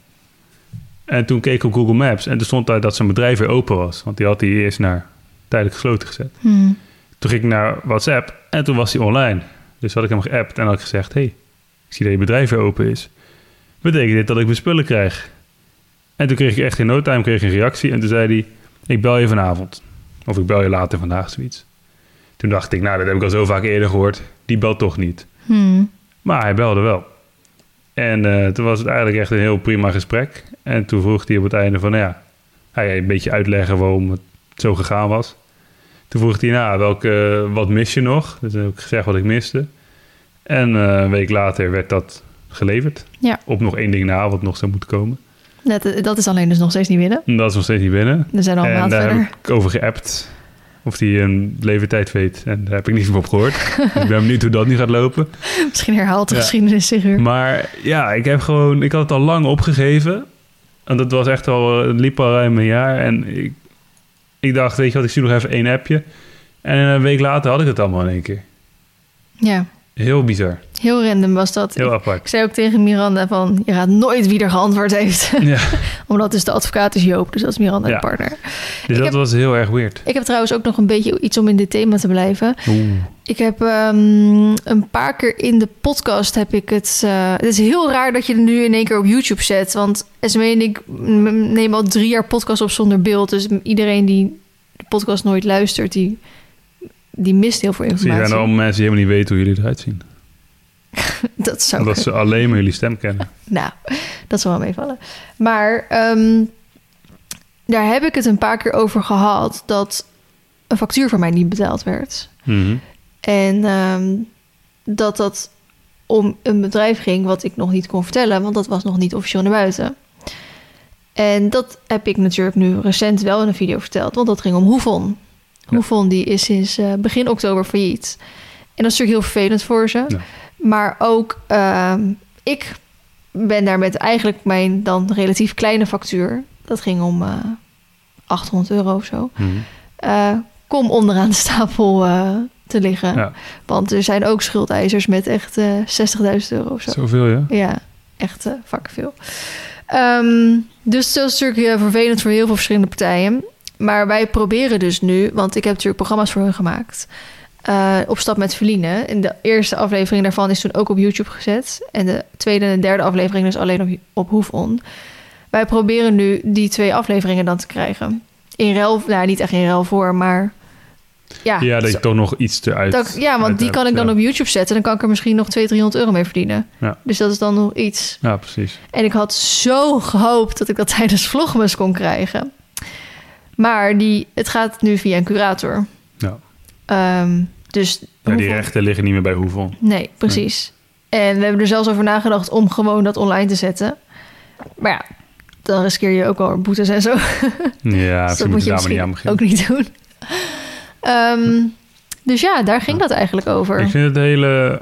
[SPEAKER 2] En toen keek ik op Google Maps en toen stond daar dat zijn bedrijf weer open was. Want die had hij eerst naar tijdelijk gesloten gezet.
[SPEAKER 1] Hmm.
[SPEAKER 2] Toen ging ik naar WhatsApp en toen was hij online. Dus had ik hem geappt en had ik gezegd, hey, ik zie dat je bedrijf weer open is. Betekent dit dat ik mijn spullen krijg? En toen kreeg ik echt in no time kreeg ik een reactie. En toen zei hij, ik bel je vanavond. Of ik bel je later vandaag, zoiets. Toen dacht ik, nou, dat heb ik al zo vaak eerder gehoord. Die belt toch niet.
[SPEAKER 1] Hmm.
[SPEAKER 2] Maar hij belde wel. En uh, toen was het eigenlijk echt een heel prima gesprek. En toen vroeg hij op het einde van, nou ja... hij een beetje uitleggen waarom het zo gegaan was. Toen vroeg hij, nou, welke, wat mis je nog? Dus toen heb ik gezegd wat ik miste. En uh, een week later werd dat geleverd.
[SPEAKER 1] Ja.
[SPEAKER 2] Op nog één ding na, wat nog zou moeten komen.
[SPEAKER 1] Dat, dat is alleen dus nog steeds niet binnen.
[SPEAKER 2] En dat is nog steeds niet binnen.
[SPEAKER 1] We zijn al een
[SPEAKER 2] En
[SPEAKER 1] maand
[SPEAKER 2] daar
[SPEAKER 1] verder.
[SPEAKER 2] heb ik over geappt. Of hij een levertijd weet. En daar heb ik niet meer op gehoord. Ik ben benieuwd hoe dat nu gaat lopen.
[SPEAKER 1] Misschien herhaalt de
[SPEAKER 2] Ja.
[SPEAKER 1] geschiedenis zich weer.
[SPEAKER 2] Maar ja, ik heb gewoon... Ik had het al lang opgegeven. En dat was echt al... Het liep al ruim een jaar. En ik, ik dacht, weet je wat, ik stuur nog even één appje. En een week later had ik het allemaal in één keer.
[SPEAKER 1] Ja,
[SPEAKER 2] Heel bizar.
[SPEAKER 1] heel random was dat.
[SPEAKER 2] Heel
[SPEAKER 1] ik,
[SPEAKER 2] apart.
[SPEAKER 1] ik zei ook tegen Miranda van... je raadt nooit wie er geantwoord heeft.
[SPEAKER 2] Ja,
[SPEAKER 1] Omdat dus de advocaat is Joop. Dus dat is Miranda
[SPEAKER 2] Ja.
[SPEAKER 1] de partner.
[SPEAKER 2] dus dat
[SPEAKER 1] heb-
[SPEAKER 2] was heel erg weird.
[SPEAKER 1] Ik heb trouwens ook nog een beetje iets om in dit thema te blijven.
[SPEAKER 2] Oeh.
[SPEAKER 1] Ik heb um, een paar keer in de podcast heb ik het... Uh, het is heel raar dat je het nu in één keer op YouTube zet. Want Esmee en ik m- nemen al drie jaar podcast op zonder beeld. Dus iedereen die de podcast nooit luistert... die, die mist heel veel
[SPEAKER 2] Zie je,
[SPEAKER 1] informatie.
[SPEAKER 2] zijn er allemaal mensen die helemaal niet weten hoe jullie eruit zien.
[SPEAKER 1] Dat zou
[SPEAKER 2] Omdat ze alleen maar jullie stem kennen.
[SPEAKER 1] Nou, dat zal wel meevallen. Maar um, daar heb ik het een paar keer over gehad... dat een factuur van mij niet betaald werd.
[SPEAKER 2] Mm-hmm.
[SPEAKER 1] En um, dat dat om een bedrijf ging... wat ik nog niet kon vertellen... want dat was nog niet officieel naar buiten. En dat heb ik natuurlijk nu recent wel in een video verteld... want dat ging om Hoefon.
[SPEAKER 2] Ja.
[SPEAKER 1] Hoefon die is sinds uh, begin oktober failliet. En dat is natuurlijk heel vervelend voor ze...
[SPEAKER 2] Ja.
[SPEAKER 1] Maar ook, uh, ik ben daar met eigenlijk mijn dan relatief kleine factuur... dat ging om uh, achthonderd euro of zo...
[SPEAKER 2] Mm-hmm.
[SPEAKER 1] Uh, kom onderaan de stapel uh, te liggen.
[SPEAKER 2] Ja.
[SPEAKER 1] Want er zijn ook schuldeisers met echt uh, zestigduizend euro of zo.
[SPEAKER 2] Zoveel, ja?
[SPEAKER 1] Ja, echt uh, fucking veel. Um, dus dat is natuurlijk uh, vervelend voor heel veel verschillende partijen. Maar wij proberen dus nu... want ik heb natuurlijk programma's voor hun gemaakt... Uh, op stap met Feline. En de eerste aflevering daarvan is toen ook op YouTube gezet. En de tweede en de derde aflevering dus alleen op, op Hoefon. Wij proberen nu die twee afleveringen dan te krijgen. In ruil, nou niet echt in ruil voor, maar... Ja,
[SPEAKER 2] Ja, dat je
[SPEAKER 1] zo,
[SPEAKER 2] toch nog iets te uit...
[SPEAKER 1] dat, ja want
[SPEAKER 2] uit
[SPEAKER 1] die kan ik
[SPEAKER 2] hebt,
[SPEAKER 1] dan
[SPEAKER 2] ja.
[SPEAKER 1] op YouTube zetten. Dan kan ik er misschien nog tweehonderd, driehonderd euro mee verdienen.
[SPEAKER 2] Ja.
[SPEAKER 1] Dus dat is dan nog iets.
[SPEAKER 2] Ja, precies.
[SPEAKER 1] En ik had zo gehoopt dat ik dat tijdens Vlogmas kon krijgen. Maar die, het gaat nu via een curator.
[SPEAKER 2] Ja.
[SPEAKER 1] Um, dus
[SPEAKER 2] Ja, die
[SPEAKER 1] hoeveel-
[SPEAKER 2] rechten liggen niet meer bij Hoefon.
[SPEAKER 1] Nee, precies. En we hebben er zelfs over nagedacht om gewoon dat online te zetten. Maar ja, dan riskeer je ook wel boetes en zo.
[SPEAKER 2] Ja,
[SPEAKER 1] dus
[SPEAKER 2] dat moet je daar maar niet aan beginnen.
[SPEAKER 1] Ook niet doen. Um, dus ja, daar ging ja. dat eigenlijk over.
[SPEAKER 2] Ik vind het hele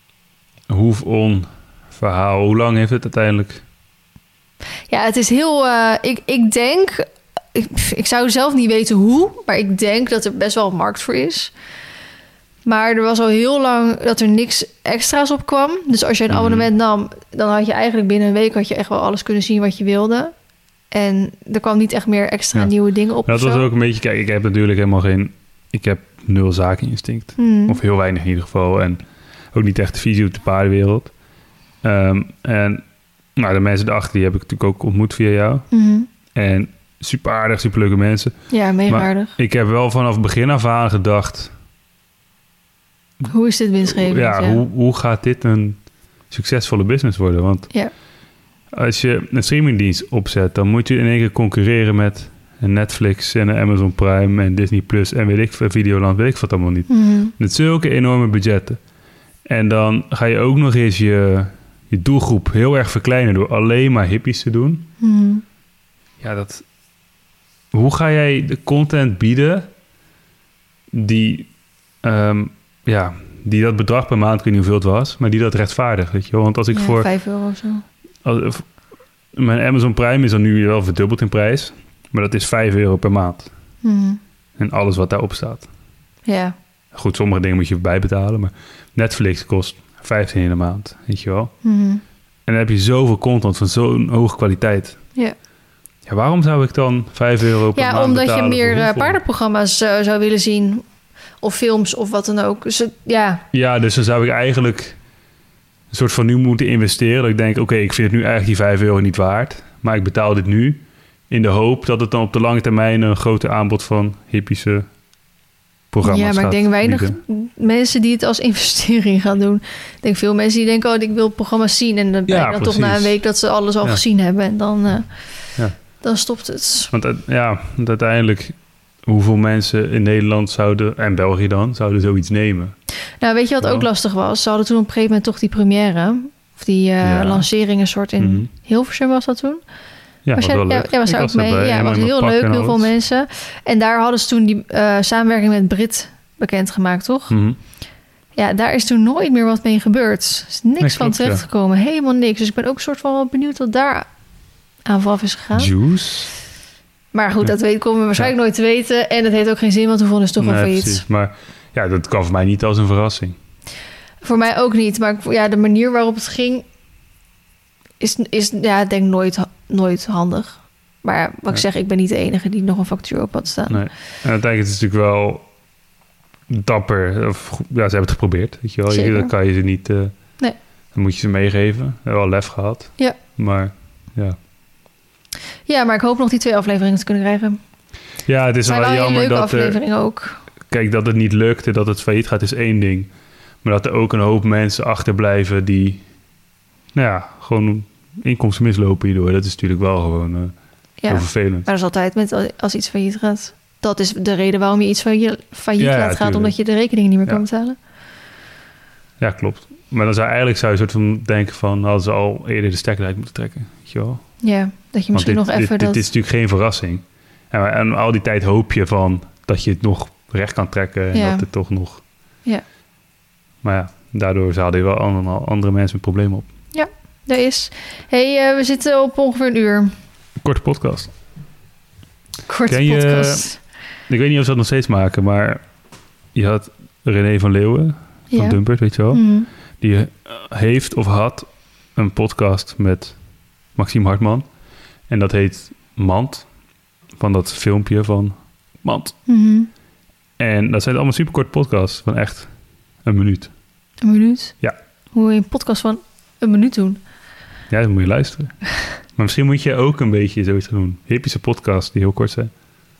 [SPEAKER 2] hoef-on verhaal. Hoe lang heeft het uiteindelijk?
[SPEAKER 1] Ja, het is heel... Uh, ik, ik denk... Ik, ik zou zelf niet weten hoe, maar ik denk dat er best wel een markt voor is. Maar er was al heel lang dat er niks extra's op kwam. Dus als je een mm-hmm. abonnement nam, dan had je eigenlijk binnen een week had je echt wel alles kunnen zien wat je wilde. En er kwam niet echt meer extra ja. nieuwe dingen op.
[SPEAKER 2] Ja, dat was ook een beetje... Kijk, ik heb natuurlijk helemaal geen... Ik heb nul zakeninstinct. Mm. Of heel weinig in ieder geval. En ook niet echt de visie op de paardenwereld. Um, en nou, de mensen erachter, die heb ik natuurlijk ook ontmoet via jou. Mm-hmm. En super aardig, super leuke mensen.
[SPEAKER 1] Ja, mega
[SPEAKER 2] maar
[SPEAKER 1] aardig.
[SPEAKER 2] Ik heb wel vanaf het begin af aan gedacht...
[SPEAKER 1] Hoe is dit winstgevend?
[SPEAKER 2] Ja, ja. Hoe, hoe gaat dit een succesvolle business worden? Want
[SPEAKER 1] ja.
[SPEAKER 2] als je een streamingdienst opzet... dan moet je in één keer concurreren met een Netflix en een Amazon Prime... en Disney Plus en weet ik veel, Videoland, weet ik wat allemaal niet. Mm-hmm. Met zulke enorme budgetten. En dan ga je ook nog eens je, je doelgroep heel erg verkleinen... door alleen maar hippies te doen. Mm-hmm. Ja, dat... Hoe ga jij de content bieden die... Um, ja, die dat bedrag per maand, ik weet niet hoeveel het was... maar die dat rechtvaardigt, weet je wel. Want als ik
[SPEAKER 1] ja,
[SPEAKER 2] voor...
[SPEAKER 1] vijf euro of zo.
[SPEAKER 2] Als, mijn Amazon Prime is dan nu wel verdubbeld in prijs... maar dat is vijf euro per maand. Mm. En alles wat daarop staat.
[SPEAKER 1] Ja.
[SPEAKER 2] Goed, sommige dingen moet je bijbetalen... maar Netflix kost vijftien in de maand, weet je wel. Mm. En dan heb je zoveel content van zo'n hoge kwaliteit.
[SPEAKER 1] Ja.
[SPEAKER 2] Ja, waarom zou ik dan vijf euro per
[SPEAKER 1] ja,
[SPEAKER 2] maand betalen?
[SPEAKER 1] Ja, omdat je meer paardenprogramma's uh, zou willen zien... of films of wat dan ook. Dus het, ja.
[SPEAKER 2] ja, dus dan zou ik eigenlijk een soort van nu moeten investeren. Dat ik denk, oké, okay, ik vind het nu eigenlijk die vijf euro niet waard. Maar ik betaal dit nu in de hoop dat het dan op de lange termijn... een groter aanbod van hippische programma's gaat.
[SPEAKER 1] Ja, maar ik denk weinig
[SPEAKER 2] bieden.
[SPEAKER 1] mensen die het als investering gaan doen. Ik denk veel mensen die denken, oh, ik wil programma's zien. En dan blijkt ja, dan toch na een week dat ze alles al ja. gezien hebben. En dan, uh, ja. dan stopt het.
[SPEAKER 2] Want uh, ja, want uiteindelijk... Hoeveel mensen in Nederland zouden... en België dan, zouden zoiets nemen?
[SPEAKER 1] Nou, weet je wat ja. ook lastig was? Ze hadden toen op een gegeven moment toch die première... of die uh, ja. lancering een soort in
[SPEAKER 2] mm-hmm.
[SPEAKER 1] Hilversum was dat toen?
[SPEAKER 2] Ja,
[SPEAKER 1] was
[SPEAKER 2] jij,
[SPEAKER 1] wel
[SPEAKER 2] ja,
[SPEAKER 1] ja, was daar ook mee. Erbij, ja, was heel leuk, heel veel mensen. En daar hadden ze toen die uh, samenwerking met Brit bekendgemaakt, toch?
[SPEAKER 2] Mm-hmm.
[SPEAKER 1] Ja, daar is toen nooit meer wat mee gebeurd. Er is niks nee, van klopt, terechtgekomen. Ja. Helemaal niks. Dus ik ben ook een soort van benieuwd wat daar aan vooraf is gegaan.
[SPEAKER 2] Juice...
[SPEAKER 1] Maar goed, dat weet, komen we waarschijnlijk ja. nooit te weten. En het heeft ook geen zin, want hoeveel is toch
[SPEAKER 2] nee,
[SPEAKER 1] al failliet.
[SPEAKER 2] Precies. Maar ja, dat kwam voor mij niet als een verrassing.
[SPEAKER 1] Voor mij ook niet. Maar ja, de manier waarop het ging... is, is ja, denk nooit, nooit handig. Maar wat ja. ik zeg, ik ben niet de enige die nog een factuur op had staan.
[SPEAKER 2] Nee. En uiteindelijk is het natuurlijk wel dapper. Of, ja, ze hebben het geprobeerd. Weet je wel. Je, dan kan je ze niet... Uh,
[SPEAKER 1] nee.
[SPEAKER 2] Dan moet je ze meegeven. We hebben wel lef gehad.
[SPEAKER 1] Ja.
[SPEAKER 2] Maar ja...
[SPEAKER 1] Ja, maar ik hoop nog die twee afleveringen te kunnen krijgen.
[SPEAKER 2] Ja, het is wel jammer
[SPEAKER 1] een leuke
[SPEAKER 2] dat
[SPEAKER 1] aflevering
[SPEAKER 2] er,
[SPEAKER 1] ook.
[SPEAKER 2] Kijk, dat het niet lukt en dat het failliet gaat is één ding. Maar dat er ook een hoop mensen achterblijven die... Nou ja, gewoon inkomsten mislopen hierdoor. Dat is natuurlijk wel gewoon uh, ja, heel vervelend.
[SPEAKER 1] Maar dat is altijd met als iets failliet gaat. Dat is de reden waarom je iets failliet, failliet
[SPEAKER 2] ja,
[SPEAKER 1] laat
[SPEAKER 2] ja,
[SPEAKER 1] gaan. Omdat je de rekening niet meer ja. kan betalen.
[SPEAKER 2] Ja, klopt. Maar dan zou eigenlijk zou je soort van denken van... hadden ze al eerder de stekker uit moeten trekken. Weet je wel?
[SPEAKER 1] Ja, dat je misschien
[SPEAKER 2] dit,
[SPEAKER 1] nog even
[SPEAKER 2] dit,
[SPEAKER 1] dat...
[SPEAKER 2] dit is natuurlijk geen verrassing. En, en al die tijd hoop je van dat je het nog recht kan trekken. En ja. dat het toch nog...
[SPEAKER 1] Ja.
[SPEAKER 2] Maar ja, daardoor zouden er wel andere, andere mensen een probleem op.
[SPEAKER 1] Ja, dat is. hey, uh, we zitten op ongeveer een uur.
[SPEAKER 2] Korte podcast.
[SPEAKER 1] Korte
[SPEAKER 2] Ken je,
[SPEAKER 1] podcast.
[SPEAKER 2] Ik weet niet of ze dat nog steeds maken, maar je had René van Leeuwen van ja. Dumpert, weet je wel. Mm. Die heeft of had een podcast met Maxime Hartman. En dat heet Mand. Van dat filmpje van Mand.
[SPEAKER 1] Mm-hmm.
[SPEAKER 2] En dat zijn allemaal superkorte podcasts van echt een minuut.
[SPEAKER 1] Een minuut?
[SPEAKER 2] Ja.
[SPEAKER 1] Hoe wil je een podcast van een minuut doen?
[SPEAKER 2] Ja, dan moet je luisteren. Maar misschien moet je ook een beetje zoiets doen. Hippische podcasts die heel kort zijn.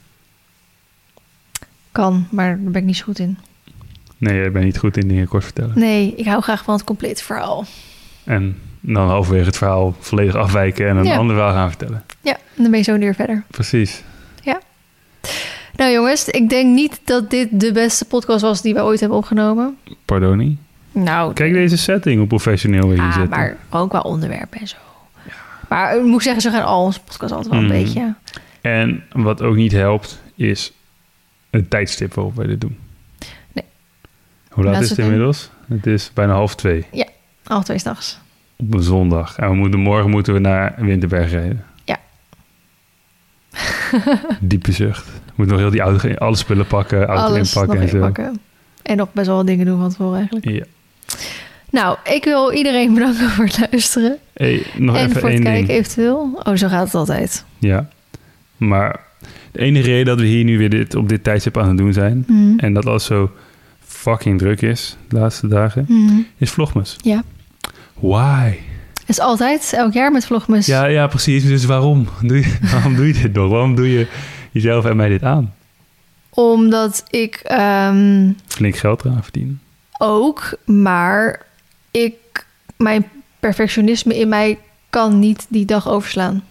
[SPEAKER 1] Kan, maar daar ben ik niet zo goed in.
[SPEAKER 2] Nee, ik ben niet goed in dingen kort vertellen.
[SPEAKER 1] Nee, ik hou graag van het complete verhaal.
[SPEAKER 2] En dan halverwege het verhaal volledig afwijken en een ja. ander verhaal gaan vertellen.
[SPEAKER 1] Ja, en dan ben je zo een uur verder.
[SPEAKER 2] Precies.
[SPEAKER 1] Ja. Nou jongens, ik denk niet dat dit de beste podcast was die we ooit hebben opgenomen.
[SPEAKER 2] Pardon?
[SPEAKER 1] Nou,
[SPEAKER 2] kijk deze setting, hoe professioneel we hier
[SPEAKER 1] ah,
[SPEAKER 2] zitten.
[SPEAKER 1] Maar gewoon qua onderwerp en zo.
[SPEAKER 2] Ja.
[SPEAKER 1] Maar ik moet zeggen, ze gaan al onze podcast altijd wel
[SPEAKER 2] Mm.
[SPEAKER 1] een beetje.
[SPEAKER 2] En wat ook niet helpt, is een tijdstip waarop wij dit doen.
[SPEAKER 1] Nee.
[SPEAKER 2] Hoe laat
[SPEAKER 1] Laat
[SPEAKER 2] is
[SPEAKER 1] ze
[SPEAKER 2] het
[SPEAKER 1] het
[SPEAKER 2] inmiddels? Het is bijna half twee.
[SPEAKER 1] Al twee 's nachts.
[SPEAKER 2] Op een zondag. En we moeten, morgen moeten we naar Winterberg rijden.
[SPEAKER 1] Ja.
[SPEAKER 2] Diepe zucht. We moeten nog heel die auto, alle spullen pakken, auto
[SPEAKER 1] Alles
[SPEAKER 2] inpakken
[SPEAKER 1] nog
[SPEAKER 2] en zo.
[SPEAKER 1] inpakken. En nog best wel wat dingen doen van tevoren eigenlijk.
[SPEAKER 2] Ja.
[SPEAKER 1] Nou, ik wil iedereen bedanken voor het luisteren.
[SPEAKER 2] Hey, nog
[SPEAKER 1] en
[SPEAKER 2] even
[SPEAKER 1] voor het
[SPEAKER 2] één
[SPEAKER 1] kijken
[SPEAKER 2] ding.
[SPEAKER 1] eventueel. Oh, zo gaat het altijd.
[SPEAKER 2] Ja. Maar de enige reden dat we hier nu weer dit, op dit tijdstip aan het doen zijn...
[SPEAKER 1] Mm.
[SPEAKER 2] en dat alles zo fucking druk is de laatste dagen...
[SPEAKER 1] Mm.
[SPEAKER 2] is Vlogmas.
[SPEAKER 1] Ja.
[SPEAKER 2] Why?
[SPEAKER 1] Het is altijd, elk jaar met Vlogmas.
[SPEAKER 2] Ja, ja, precies. Dus waarom? Doe je, waarom doe je dit nog? Waarom doe je jezelf en mij dit aan?
[SPEAKER 1] Omdat ik ehm,
[SPEAKER 2] Flink geld eraan verdienen.
[SPEAKER 1] ook, maar ik, mijn perfectionisme in mij kan niet die dag overslaan.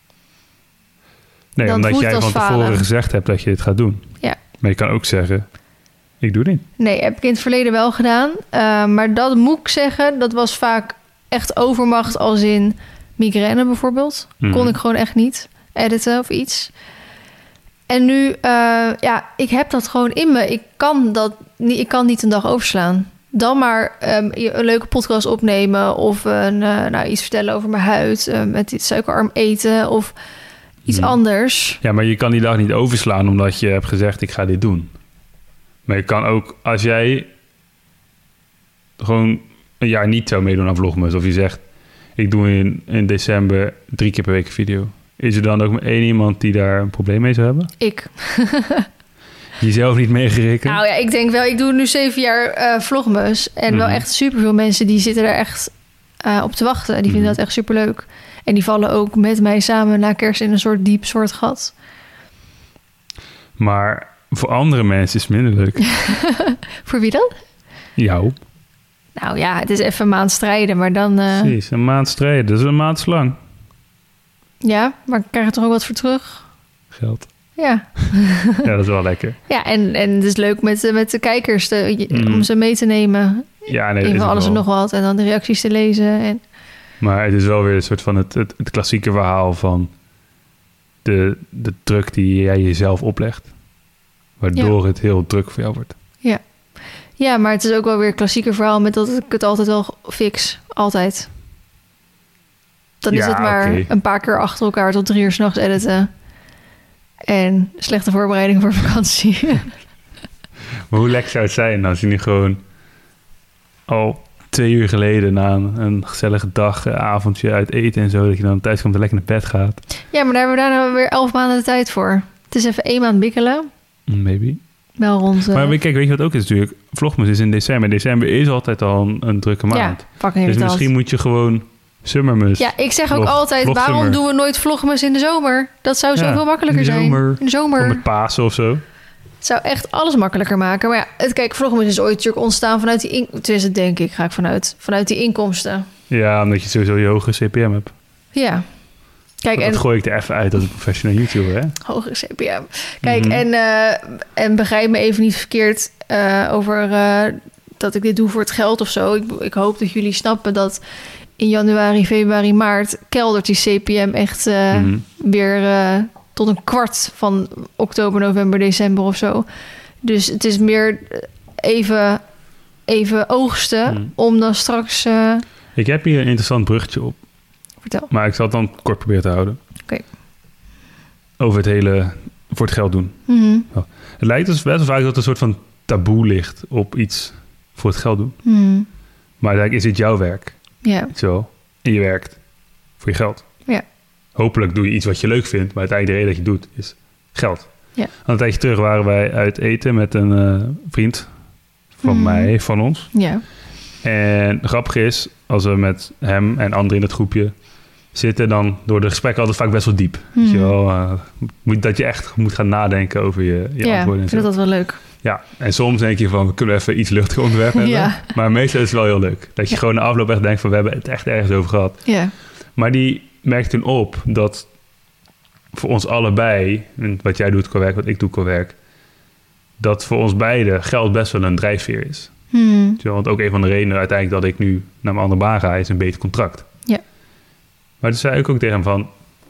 [SPEAKER 2] Nee,
[SPEAKER 1] Dan
[SPEAKER 2] omdat
[SPEAKER 1] voelt
[SPEAKER 2] jij
[SPEAKER 1] het
[SPEAKER 2] van
[SPEAKER 1] als
[SPEAKER 2] tevoren
[SPEAKER 1] falen.
[SPEAKER 2] gezegd hebt dat je dit gaat doen.
[SPEAKER 1] Ja.
[SPEAKER 2] Maar je kan ook zeggen, ik doe dit.
[SPEAKER 1] Nee, heb ik in het verleden wel gedaan. Uh, maar dat moet ik zeggen, dat was vaak echt overmacht als in migraine bijvoorbeeld.
[SPEAKER 2] Mhm.
[SPEAKER 1] Kon ik gewoon echt niet editen of iets. En nu, uh, ja, ik heb dat gewoon in me. Ik kan dat niet, ik kan niet een dag overslaan. Dan maar um, een leuke podcast opnemen of een, uh, nou, iets vertellen over mijn huid, uh, met iets suikerarm eten of iets
[SPEAKER 2] Mhm.
[SPEAKER 1] anders.
[SPEAKER 2] Ja, maar je kan die dag niet overslaan omdat je hebt gezegd, ik ga dit doen. Maar je kan ook, als jij gewoon een jaar niet zou meedoen aan Vlogmas... of je zegt, ik doe in, in december drie keer per week een video... is er dan ook maar één iemand die daar een probleem mee zou hebben?
[SPEAKER 1] Ik.
[SPEAKER 2] Jezelf niet meegerekend?
[SPEAKER 1] Nou ja, ik denk wel, ik doe nu zeven jaar uh, Vlogmas. En
[SPEAKER 2] Mhm.
[SPEAKER 1] wel echt superveel mensen die zitten er echt uh, op te wachten. Die vinden
[SPEAKER 2] Mhm.
[SPEAKER 1] dat echt superleuk. En die vallen ook met mij samen na kerst in een soort diep soort gat.
[SPEAKER 2] Maar voor andere mensen is het minder leuk.
[SPEAKER 1] Voor wie dan?
[SPEAKER 2] Jou.
[SPEAKER 1] Nou ja, het is even een maand strijden, maar dan... Uh,
[SPEAKER 2] Precies, een maand strijden. Dat is een maand lang.
[SPEAKER 1] ja, maar ik krijg er toch ook wat voor terug?
[SPEAKER 2] Geld.
[SPEAKER 1] Ja.
[SPEAKER 2] Ja, dat is wel lekker.
[SPEAKER 1] Ja, en, en het is leuk met, met de kijkers te, je-
[SPEAKER 2] Mm.
[SPEAKER 1] om ze mee te nemen.
[SPEAKER 2] Ja, nee, dat
[SPEAKER 1] In
[SPEAKER 2] is
[SPEAKER 1] van
[SPEAKER 2] het
[SPEAKER 1] alles en
[SPEAKER 2] wel.
[SPEAKER 1] nog wat. En dan de reacties te lezen. En,
[SPEAKER 2] Maar het is wel weer een soort van het, het, het klassieke verhaal van de, de druk die jij jezelf oplegt. Waardoor het heel druk voor jou wordt.
[SPEAKER 1] ja, maar het is ook wel weer een klassieke verhaal met dat ik het altijd wel fix. Altijd. Dan is
[SPEAKER 2] Ja,
[SPEAKER 1] het maar
[SPEAKER 2] oké.
[SPEAKER 1] een paar keer achter elkaar tot drie uur 's nachts editen. En slechte voorbereiding voor vakantie.
[SPEAKER 2] Maar hoe lekker zou het zijn als je nu gewoon al twee uur geleden na een, een gezellige dag, eh, avondje uit eten en zo, dat je dan thuis komt en lekker naar bed gaat.
[SPEAKER 1] Ja, maar daar hebben we daarna weer elf maanden de tijd voor. Het is even één maand bikkelen.
[SPEAKER 2] Maybe.
[SPEAKER 1] Wel rond... Uh,
[SPEAKER 2] Maar kijk, weet je wat ook is natuurlijk? Vlogmas is in december. December is altijd al een, een drukke maand.
[SPEAKER 1] ja, fucking
[SPEAKER 2] dus
[SPEAKER 1] irritant.
[SPEAKER 2] misschien moet je gewoon Summermus.
[SPEAKER 1] Ja, ik zeg ook
[SPEAKER 2] Vlog-
[SPEAKER 1] altijd,
[SPEAKER 2] vlogsummer.
[SPEAKER 1] waarom doen we nooit vlogmas in de zomer? Dat zou
[SPEAKER 2] Ja,
[SPEAKER 1] zoveel makkelijker
[SPEAKER 2] in de
[SPEAKER 1] zijn.
[SPEAKER 2] zomer.
[SPEAKER 1] In de zomer.
[SPEAKER 2] Of met Pasen of zo.
[SPEAKER 1] Het zou echt alles makkelijker maken. Maar ja, het, kijk, vlogmas is ooit natuurlijk ontstaan vanuit die... In, tenminste, denk ik, ga ik vanuit. Vanuit die inkomsten.
[SPEAKER 2] Ja, omdat je sowieso je hoge C P M hebt.
[SPEAKER 1] Ja. Kijk,
[SPEAKER 2] dat
[SPEAKER 1] en...
[SPEAKER 2] gooi ik er even uit als een professional YouTuber, hè?
[SPEAKER 1] Hogere C P M. Kijk,
[SPEAKER 2] Mhm.
[SPEAKER 1] en, uh, en begrijp me even niet verkeerd uh, over uh, dat ik dit doe voor het geld of zo. Ik, ik hoop dat jullie snappen dat in januari, februari, maart keldert die C P M echt uh,
[SPEAKER 2] Mhm.
[SPEAKER 1] weer uh, tot een kwart van oktober, november, december of zo. Dus het is meer even, even oogsten
[SPEAKER 2] Mhm.
[SPEAKER 1] om dan straks... Uh,
[SPEAKER 2] Ik heb hier een interessant bruggetje op.
[SPEAKER 1] vertel.
[SPEAKER 2] Maar ik zal het dan kort proberen te houden.
[SPEAKER 1] Oké.
[SPEAKER 2] Over het hele voor het geld doen.
[SPEAKER 1] Mhm.
[SPEAKER 2] Het lijkt dus best wel vaak dat er een soort van taboe ligt op iets voor het geld doen.
[SPEAKER 1] Mhm.
[SPEAKER 2] Maar uiteindelijk is dit jouw werk.
[SPEAKER 1] Ja.
[SPEAKER 2] Zo. En je werkt voor je geld.
[SPEAKER 1] Ja.
[SPEAKER 2] Hopelijk doe je iets wat je leuk vindt, maar uiteindelijk de reden dat je het doet is geld.
[SPEAKER 1] Ja.
[SPEAKER 2] Aan een tijdje terug waren wij uit eten met een uh, vriend van
[SPEAKER 1] Mhm.
[SPEAKER 2] mij, van ons.
[SPEAKER 1] Ja.
[SPEAKER 2] En grappig is, als we met hem en anderen in het groepje zitten, dan door de gesprekken altijd vaak best wel diep.
[SPEAKER 1] Mhm.
[SPEAKER 2] Weet je wel, uh, moet, dat je echt moet gaan nadenken over je, je
[SPEAKER 1] Ja,
[SPEAKER 2] antwoorden.
[SPEAKER 1] ik
[SPEAKER 2] En
[SPEAKER 1] vind
[SPEAKER 2] zo.
[SPEAKER 1] dat wel leuk.
[SPEAKER 2] Ja, en soms denk je van, we kunnen even iets luchtiger onderwerp hebben.
[SPEAKER 1] Ja.
[SPEAKER 2] Maar meestal is het wel heel leuk. Dat je
[SPEAKER 1] Ja.
[SPEAKER 2] gewoon na afloop echt denkt van, we hebben het echt ergens over gehad.
[SPEAKER 1] Ja.
[SPEAKER 2] Maar die merkte toen op dat voor ons allebei, en wat jij doet qua werk, wat ik doe qua werk, dat voor ons beiden geld best wel een drijfveer is.
[SPEAKER 1] Hmm.
[SPEAKER 2] Weet je wel, want ook een van de redenen uiteindelijk dat ik nu naar mijn andere baan ga, is een beter contract.
[SPEAKER 1] Ja.
[SPEAKER 2] Maar toen zei ik ook tegen hem van...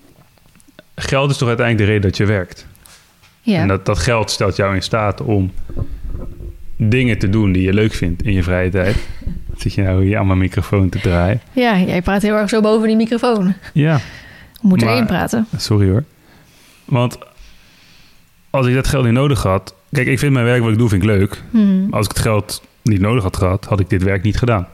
[SPEAKER 2] Geld is toch uiteindelijk de reden dat je werkt?
[SPEAKER 1] Ja.
[SPEAKER 2] En dat, dat geld stelt jou in staat om dingen te doen die je leuk vindt in je vrije tijd. Zit je nou hier aan mijn microfoon te draaien?
[SPEAKER 1] Ja, jij praat heel erg zo boven die microfoon.
[SPEAKER 2] Ja.
[SPEAKER 1] We moeten
[SPEAKER 2] maar,
[SPEAKER 1] erin praten.
[SPEAKER 2] Sorry hoor. Want als ik dat geld niet nodig had... Kijk, ik vind mijn werk wat ik doe, vind ik leuk.
[SPEAKER 1] Hmm.
[SPEAKER 2] Als ik het geld niet nodig had gehad, had ik dit werk niet gedaan.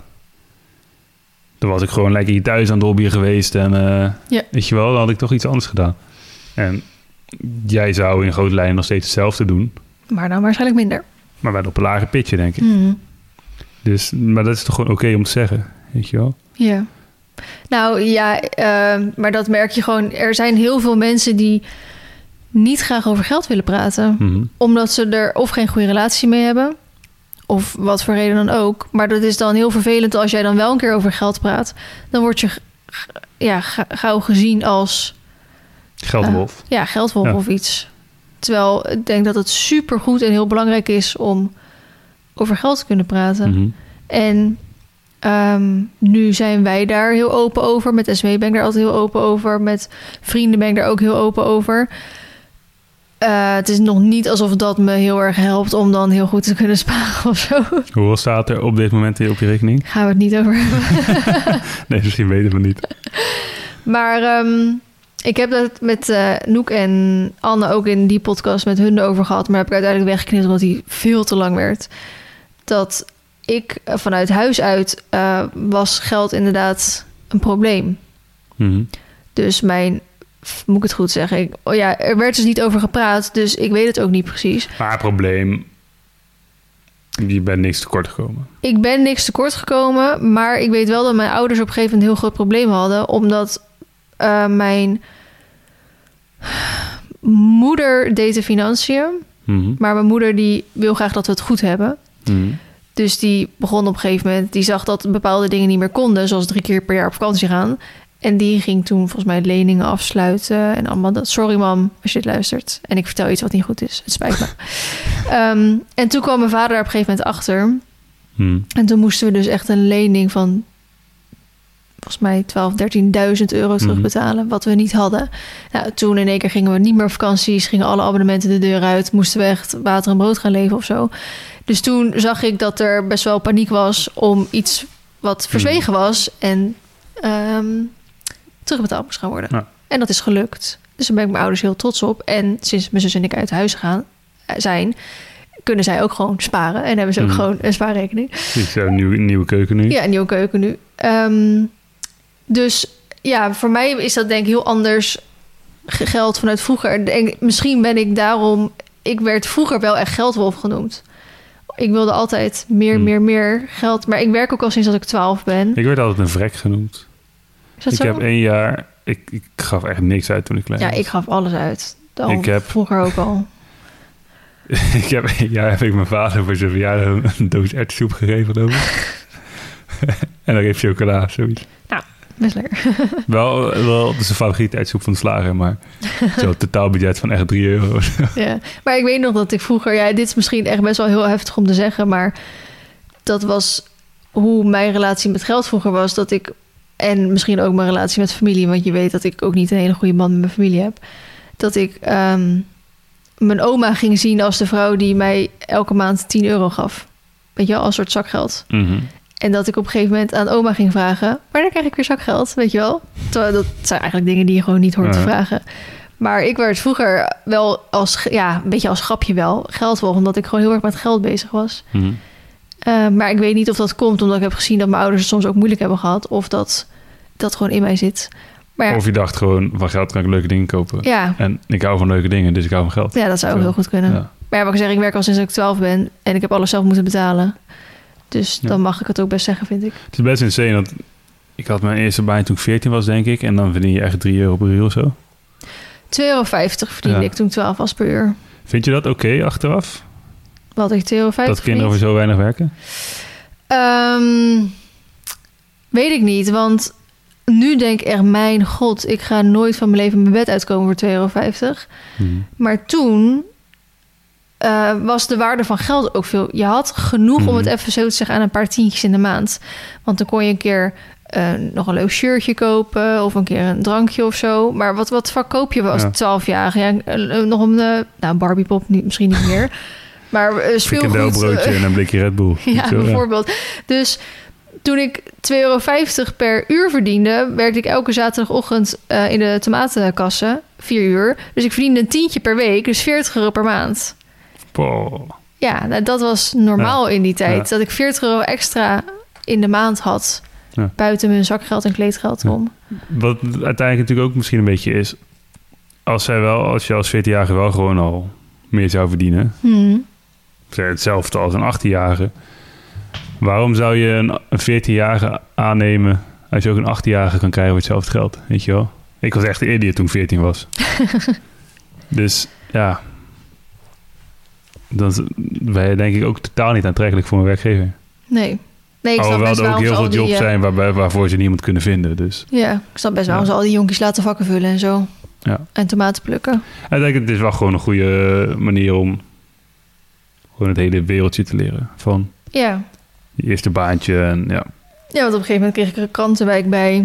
[SPEAKER 2] Dan was ik gewoon lekker hier thuis aan het hobbyen geweest. En uh,
[SPEAKER 1] ja.
[SPEAKER 2] weet je wel, dan had ik toch iets anders gedaan. En jij zou in grote lijnen nog steeds hetzelfde doen.
[SPEAKER 1] Maar dan waarschijnlijk minder.
[SPEAKER 2] Maar wel op een lager pitje, denk ik.
[SPEAKER 1] Hmm.
[SPEAKER 2] Dus, maar dat is toch gewoon oké okay om te zeggen, weet je wel?
[SPEAKER 1] Ja. Nou ja, uh, maar dat merk je gewoon. Er zijn heel veel mensen die niet graag over geld willen praten.
[SPEAKER 2] Mm-hmm. Omdat
[SPEAKER 1] ze er of geen goede relatie mee hebben... of wat voor reden dan ook. Maar dat is dan heel vervelend als jij dan wel een keer over geld praat. Dan word je ja, gauw gezien als...
[SPEAKER 2] Geldwolf.
[SPEAKER 1] Uh, ja, geldwolf ja. of iets. Terwijl ik denk dat het supergoed en heel belangrijk is... om over geld te kunnen praten.
[SPEAKER 2] Mm-hmm.
[SPEAKER 1] En um, nu zijn wij daar heel open over. Met S M E ben ik daar altijd heel open over. Met vrienden ben ik daar ook heel open over... Uh, het is nog niet alsof dat me heel erg helpt om dan heel goed te kunnen sparen of zo.
[SPEAKER 2] Hoeveel staat er op dit moment op je rekening?
[SPEAKER 1] Gaan we het niet over hebben.
[SPEAKER 2] Nee, misschien weten we niet.
[SPEAKER 1] Maar um, ik heb dat met uh, Noek en Anne ook in die podcast met hun over gehad. Maar heb ik uiteindelijk weggeknipt omdat die veel te lang werd. Dat ik uh, vanuit huis uit uh, was geld inderdaad een probleem.
[SPEAKER 2] Mm-hmm.
[SPEAKER 1] Dus mijn... Moet ik het goed zeggen? Ik, oh ja, er werd dus niet over gepraat, dus ik weet het ook niet precies.
[SPEAKER 2] Maar probleem, je bent niks tekort gekomen.
[SPEAKER 1] Ik ben niks tekort gekomen, maar ik weet wel dat mijn ouders op een gegeven moment een heel groot probleem hadden, omdat uh, mijn moeder deed de financiën,
[SPEAKER 2] Mm-hmm.
[SPEAKER 1] maar mijn moeder die wil graag dat we het goed hebben.
[SPEAKER 2] Mm-hmm.
[SPEAKER 1] Dus die begon op een gegeven moment, die zag dat bepaalde dingen niet meer konden, zoals drie keer per jaar op vakantie gaan. En die ging toen volgens mij leningen afsluiten en allemaal dat. Sorry mam, als je dit luistert. En ik vertel iets wat niet goed is. Het spijt me. um, en toen kwam mijn vader daar op een gegeven moment achter.
[SPEAKER 2] Hmm.
[SPEAKER 1] En toen moesten we dus echt een lening van... volgens mij twaalf, dertienduizend euro terugbetalen. Hmm. Wat we niet hadden. Nou, toen in één keer gingen we niet meer op vakanties. Gingen alle abonnementen de deur uit. Moesten we echt water en brood gaan leven of zo. Dus toen zag ik dat er best wel paniek was... om iets wat verzwegen was... en um, terugbetaald moest gaan worden.
[SPEAKER 2] Ja. En
[SPEAKER 1] dat is gelukt. Dus daar ben ik mijn ouders heel trots op. En sinds mijn zus en ik uit huis gaan zijn... kunnen zij ook gewoon sparen. En hebben ze ook mm. gewoon een spaarrekening.
[SPEAKER 2] Dus een nieuwe, nieuwe keuken nu.
[SPEAKER 1] Ja, een nieuwe keuken nu. Um, dus ja, voor mij is dat denk ik heel anders geld vanuit vroeger. Denk, misschien ben ik daarom... Ik werd vroeger wel echt geldwolf genoemd. Ik wilde altijd meer, mm. meer, meer geld. Maar ik werk ook al sinds dat ik twaalf ben.
[SPEAKER 2] Ik werd altijd een vrek genoemd.
[SPEAKER 1] Is dat
[SPEAKER 2] ik
[SPEAKER 1] zo?
[SPEAKER 2] heb één jaar... Ik, ik gaf echt niks uit toen ik klein
[SPEAKER 1] ja,
[SPEAKER 2] was.
[SPEAKER 1] Ja, ik gaf alles uit. Dan
[SPEAKER 2] ik heb,
[SPEAKER 1] vroeger ook al.
[SPEAKER 2] ik heb één jaar heb ik mijn vader voor zijn verjaardag een, een doos erwtensoep gegeven, geloof ik. En dan geef chocola, zoiets.
[SPEAKER 1] Nou, best lekker.
[SPEAKER 2] wel, wel, dat is een favoriete erwtensoep van de slager, maar zo'n totaalbudget van echt drie euro.
[SPEAKER 1] Ja, maar ik weet nog dat ik vroeger... Ja, dit is misschien echt best wel heel heftig om te zeggen, maar dat was hoe mijn relatie met geld vroeger was, dat ik... En misschien ook mijn relatie met familie, want je weet dat ik ook niet een hele goede band met mijn familie heb. Dat ik um, mijn oma ging zien als de vrouw die mij elke maand tien euro gaf. Weet je wel, als een soort zakgeld.
[SPEAKER 2] Mm-hmm.
[SPEAKER 1] En dat ik op een gegeven moment aan oma ging vragen, wanneer krijg ik weer zakgeld, weet je wel? Terwijl dat zijn eigenlijk dingen die je gewoon niet hoort ja. te vragen. Maar ik werd vroeger wel als, ja, een beetje als grapje wel, geldwolf, omdat ik gewoon heel erg met geld bezig was.
[SPEAKER 2] Mm-hmm.
[SPEAKER 1] Uh, maar ik weet niet of dat komt omdat ik heb gezien dat mijn ouders het soms ook moeilijk hebben gehad. Of dat dat gewoon in mij zit. Maar ja,
[SPEAKER 2] of je dacht gewoon, van geld kan ik leuke dingen kopen.
[SPEAKER 1] Ja.
[SPEAKER 2] En ik hou van leuke dingen, dus ik hou van geld.
[SPEAKER 1] Ja, dat zou ook Zo. heel goed kunnen. Ja. Maar ja, wat ik zeg, ik werk al sinds ik twaalf ben. En ik heb alles zelf moeten betalen. Dus ja. dan mag ik het ook best zeggen, vind ik.
[SPEAKER 2] Het is best insane, want ik had mijn eerste baan toen ik veertien was, denk ik. En dan verdien je echt drie euro per uur of zo.
[SPEAKER 1] twee euro vijftig verdiende ja. ik toen ik twaalf was per uur.
[SPEAKER 2] Vind je dat oké okay, achteraf?
[SPEAKER 1] Wat, ik twee euro vijftig
[SPEAKER 2] Dat kinderen voor zo weinig werken?
[SPEAKER 1] Um, weet ik niet, want nu denk ik echt, mijn god, ik ga nooit van mijn leven mijn bed uitkomen voor twee euro vijftig. Hmm. Maar toen uh, was de waarde van geld ook veel. Je had genoeg hmm. om het even zo te zeggen aan een paar tientjes in de maand. Want dan kon je een keer uh, nog een leuk shirtje kopen of een keer een drankje of zo. Maar wat, wat vaak koop je als twaalfjarige? Ja. Ja, uh, nog een, uh, nou, Barbiepop niet, misschien niet meer. Maar uh, speelgoed.
[SPEAKER 2] Een broodje uh, en een blikje Red Bull.
[SPEAKER 1] Ja, zo, bijvoorbeeld. Ja. Dus toen ik twee euro vijftig per uur verdiende, werkte ik elke zaterdagochtend uh, in de tomatenkassen, vier uur. Dus ik verdiende een tientje per week, dus veertig euro per maand.
[SPEAKER 2] Wow.
[SPEAKER 1] Ja, nou, dat was normaal ja. in die tijd. Ja. Dat ik veertig euro extra in de maand had, ja. buiten mijn zakgeld en kleedgeld om.
[SPEAKER 2] Ja. Wat uiteindelijk natuurlijk ook misschien een beetje is, als zij wel, als je als veertienjarige wel gewoon al meer zou verdienen, hmm. hetzelfde als een achttienjarige. Waarom zou je een, een veertienjarige aannemen als je ook een achttienjarige kan krijgen voor hetzelfde geld? Weet je wel? Ik was echt een idiot toen ik veertien was. Dus ja, dat ben je denk ik ook totaal niet aantrekkelijk voor een werkgever.
[SPEAKER 1] Nee. nee ik
[SPEAKER 2] Alhoewel er ook heel veel jobs die, zijn waarbij, waarvoor ze niemand kunnen vinden. Dus.
[SPEAKER 1] Ja, ik snap best wel ja. ze al die jonkies laten vakken vullen en zo. Ja. En tomaten plukken.
[SPEAKER 2] Ik denk het is wel gewoon een goede manier om gewoon het hele wereldje te leren. Van
[SPEAKER 1] ja.
[SPEAKER 2] je eerste baantje en ja.
[SPEAKER 1] Ja, want op een gegeven moment kreeg ik er een krantenwijk bij.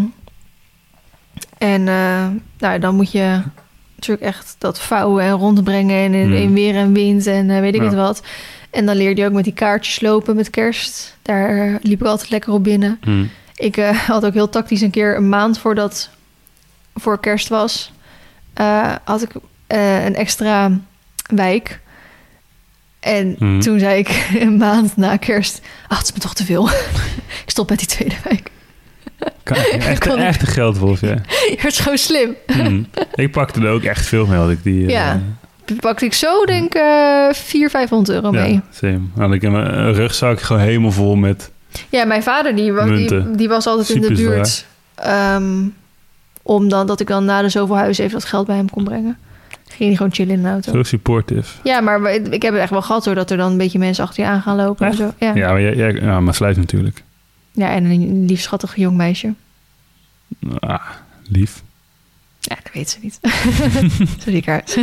[SPEAKER 1] En uh, nou, dan moet je natuurlijk echt dat vouwen en rondbrengen en in, mm. in weer en wind en uh, weet ik ja. het wat. En dan leerde je ook met die kaartjes lopen met kerst. Daar liep ik altijd lekker op binnen. Mm. Ik uh, had ook heel tactisch een keer een maand voordat voor kerst was, uh, had ik uh, een extra wijk. En mm. toen zei ik een maand na kerst, ah, het is me toch te veel. Ik stop met die tweede wijk.
[SPEAKER 2] Kan, echt een echte geldwolf, ja.
[SPEAKER 1] Je wordt gewoon slim.
[SPEAKER 2] Mm. Ik pakte er ook echt veel mee, had ik die.
[SPEAKER 1] Ja, uh, pakte ik zo denk ik uh, vierhonderd, vijfhonderd euro mee.
[SPEAKER 2] Ja, same. Had ik een rugzak gewoon helemaal vol met
[SPEAKER 1] ja, mijn vader die, die, die was altijd Super in de buurt. Um, omdat dat ik dan na de zoveel huizen even dat geld bij hem kon brengen. Ging hij gewoon chillen in de auto.
[SPEAKER 2] Zo supportive.
[SPEAKER 1] Ja, maar ik heb het echt wel gehad hoor, dat er dan een beetje mensen achter je aan gaan lopen. En zo. Ja,
[SPEAKER 2] ja, maar, jij, jij, ja, maar sluit natuurlijk.
[SPEAKER 1] Ja, en een lief schattig jong meisje.
[SPEAKER 2] Ah, lief.
[SPEAKER 1] Ja, dat weet ze niet. Zo zie ik uit.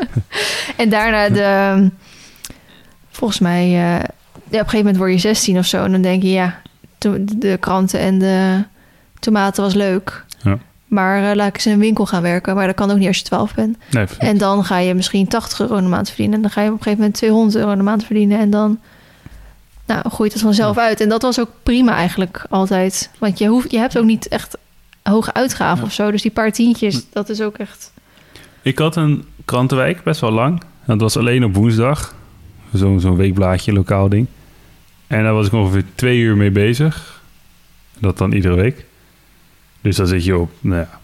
[SPEAKER 1] En daarna de... Volgens mij... Uh, ja, op een gegeven moment word je zestien of zo. En dan denk je, ja, to- de kranten en de tomaten was leuk. Ja. Maar uh, laat ik eens in een winkel gaan werken. Maar dat kan ook niet als je twaalf bent. Nee, en dan ga je misschien tachtig euro in de maand verdienen. En dan ga je op een gegeven moment tweehonderd euro in de maand verdienen. En dan nou, groeit het vanzelf ja. uit. En dat was ook prima eigenlijk altijd. Want je, hoeft, je hebt ook niet echt hoge uitgaven ja. of zo. Dus die paar tientjes, dat is ook echt...
[SPEAKER 2] Ik had een krantenwijk best wel lang. Dat was alleen op woensdag. Zo'n, zo'n weekblaadje, lokaal ding. En daar was ik ongeveer twee uur mee bezig. Dat dan iedere week. Dus dan zit je op, nou ja,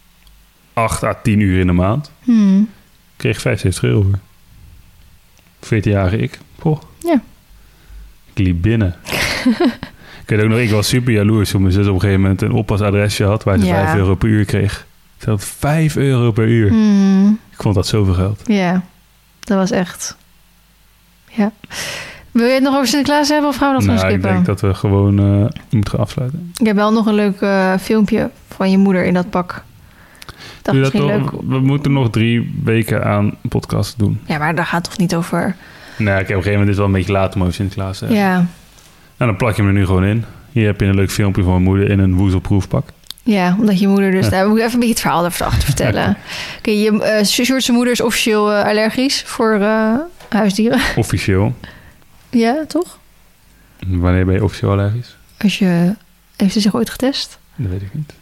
[SPEAKER 2] acht à tien uur in de maand. Hmm. Ik kreeg vijfenzeventig euro voor. veertienjarige ik. Poh.
[SPEAKER 1] Ja.
[SPEAKER 2] Ik liep binnen. Ik weet ook nog, ik was super jaloers toen mijn zus op een gegeven moment een oppasadresje had waar ze ja. vijf euro per uur kreeg. Ze had vijf euro per uur. Hmm. Ik vond dat zoveel geld.
[SPEAKER 1] Ja, dat was echt... Ja. Wil je het nog over Sinterklaas hebben of gaan we dat
[SPEAKER 2] nou,
[SPEAKER 1] gewoon skippen?
[SPEAKER 2] Ik denk dat we gewoon uh, moeten gaan afsluiten.
[SPEAKER 1] Ik heb wel nog een leuk uh, filmpje van je moeder in dat pak. Dat is misschien leuk.
[SPEAKER 2] We moeten nog drie weken aan podcast doen.
[SPEAKER 1] Ja, maar daar gaat toch niet over...
[SPEAKER 2] Nee, ik heb op een gegeven moment is wel een beetje laat om over Sinterklaas te hebben.
[SPEAKER 1] Ja.
[SPEAKER 2] Nou, dan plak je hem er nu gewoon in. Hier heb je een leuk filmpje van mijn moeder in een woezelproefpak.
[SPEAKER 1] Ja, omdat je moeder dus... Ja. Daar moet ik even een beetje het verhaal even achter vertellen. Oké, okay, je uh, Sjoerd's moeder is officieel uh, allergisch voor uh, huisdieren.
[SPEAKER 2] Officieel.
[SPEAKER 1] Ja, toch?
[SPEAKER 2] Wanneer ben je officieel allergisch?
[SPEAKER 1] Als je... Heeft ze zich ooit getest?
[SPEAKER 2] Dat weet ik niet.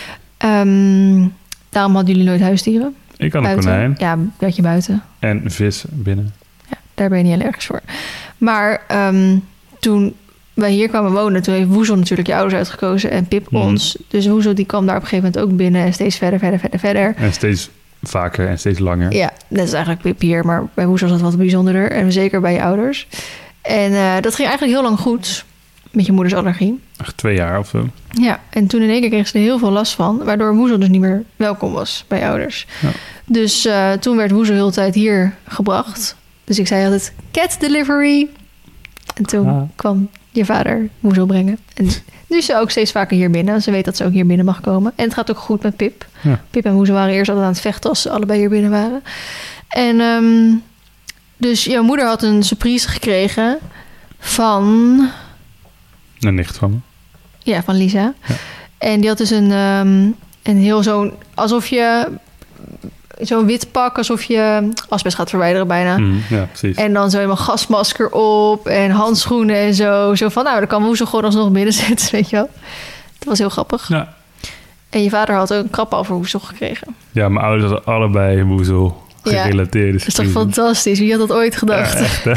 [SPEAKER 1] Um, daarom hadden jullie nooit huisdieren?
[SPEAKER 2] Ik had
[SPEAKER 1] buiten.
[SPEAKER 2] een konijn.
[SPEAKER 1] Ja, dat je buiten.
[SPEAKER 2] En vis binnen.
[SPEAKER 1] Ja, daar ben je niet allergisch voor. Maar um, toen wij hier kwamen wonen, toen heeft Woezel natuurlijk je ouders uitgekozen en Pip mm. ons. Dus Woezel die kwam daar op een gegeven moment ook binnen en steeds verder, verder, verder, verder.
[SPEAKER 2] En steeds vaker en steeds langer.
[SPEAKER 1] Ja, dat is eigenlijk Pip hier, maar bij Woezel was dat wat bijzonderder. En zeker bij je ouders. En uh, dat ging eigenlijk heel lang goed met je moeders allergie.
[SPEAKER 2] Echt twee jaar of zo.
[SPEAKER 1] Ja, en toen in één keer kreeg ze er heel veel last van, waardoor Woezel dus niet meer welkom was bij je ouders. Ja. Dus uh, toen werd Woezel heel de tijd hier gebracht. Dus ik zei altijd, cat delivery. En toen ah. kwam je vader Woezel brengen. En nu is ze ook steeds vaker hier binnen. Ze weet dat ze ook hier binnen mag komen. En het gaat ook goed met Pip. Ja. Pip en Woezel waren eerst altijd aan het vechten als ze allebei hier binnen waren. En um, dus jouw moeder had een surprise gekregen van...
[SPEAKER 2] Een nicht van me.
[SPEAKER 1] Ja, van Lisa. Ja. En die had dus een, um, een heel zo'n... alsof je... zo'n wit pak, alsof je asbest gaat verwijderen bijna.
[SPEAKER 2] Mm, ja, precies.
[SPEAKER 1] En dan zo helemaal gasmasker op en handschoenen en zo. Zo van, nou, dan kan Woezel gewoon alsnog binnen zitten, weet je wel. Dat was heel grappig.
[SPEAKER 2] Ja.
[SPEAKER 1] En je vader had ook een krap over Woezel gekregen.
[SPEAKER 2] Ja, mijn ouders hadden allebei Woezel gerelateerd.
[SPEAKER 1] Ja, dat is toch fantastisch? Wie had dat ooit gedacht?
[SPEAKER 2] Ja, echt, hè?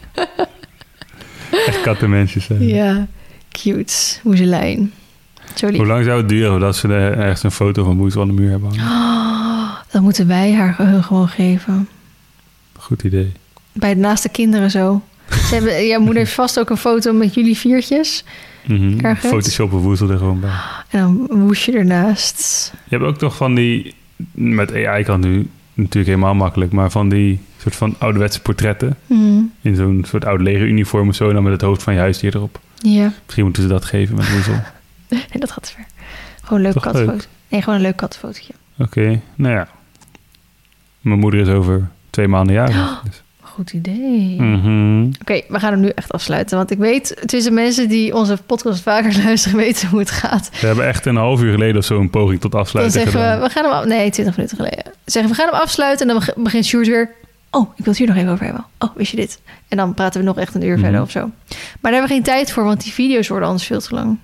[SPEAKER 2] Echt kattenmensjes zijn.
[SPEAKER 1] Ja, cute. Woezelijn. Zo lief.
[SPEAKER 2] Hoe lang zou het duren dat ze er ergens een foto van Woezel aan de muur hebben hangen?
[SPEAKER 1] Oh, dan moeten wij haar gewoon geven.
[SPEAKER 2] Goed idee.
[SPEAKER 1] Bij de naaste kinderen zo. Ze hebben, jouw moeder heeft vast ook een foto met jullie viertjes.
[SPEAKER 2] Mm-hmm. Photoshoppen Woezel er gewoon bij.
[SPEAKER 1] En dan woes je ernaast.
[SPEAKER 2] Je hebt ook toch van die... Met A I kan nu natuurlijk helemaal makkelijk... maar van die soort van ouderwetse portretten... Mm. In zo'n soort oud legeruniform of zo... en dan met het hoofd van je huisdier erop.
[SPEAKER 1] Ja.
[SPEAKER 2] Misschien moeten ze dat geven met Woezel.
[SPEAKER 1] Nee, dat gaat te ver. Gewoon een leuk kattenfoto. Leuk? Nee, gewoon een leuk kattenfotootje.
[SPEAKER 2] Oké, okay, nou ja. Mijn moeder is over twee maanden jarig.
[SPEAKER 1] Oh, dus. Goed idee.
[SPEAKER 2] Mm-hmm.
[SPEAKER 1] Oké, okay, we gaan hem nu echt afsluiten. Want ik weet, tussen mensen die onze podcast vaker luisteren... weten hoe het gaat.
[SPEAKER 2] We hebben echt een half uur geleden of zo... een poging tot afsluiten
[SPEAKER 1] Dan zeggen
[SPEAKER 2] gedaan.
[SPEAKER 1] we, we gaan hem af... Nee, twintig minuten geleden. Zeggen we gaan hem afsluiten... en dan begint Sjoerd weer... Oh, ik wil het hier nog even over hebben. Oh, wist je dit? En dan praten we nog echt een uur mm-hmm. verder of zo. Maar daar hebben we geen tijd voor... want die video's worden anders veel te lang.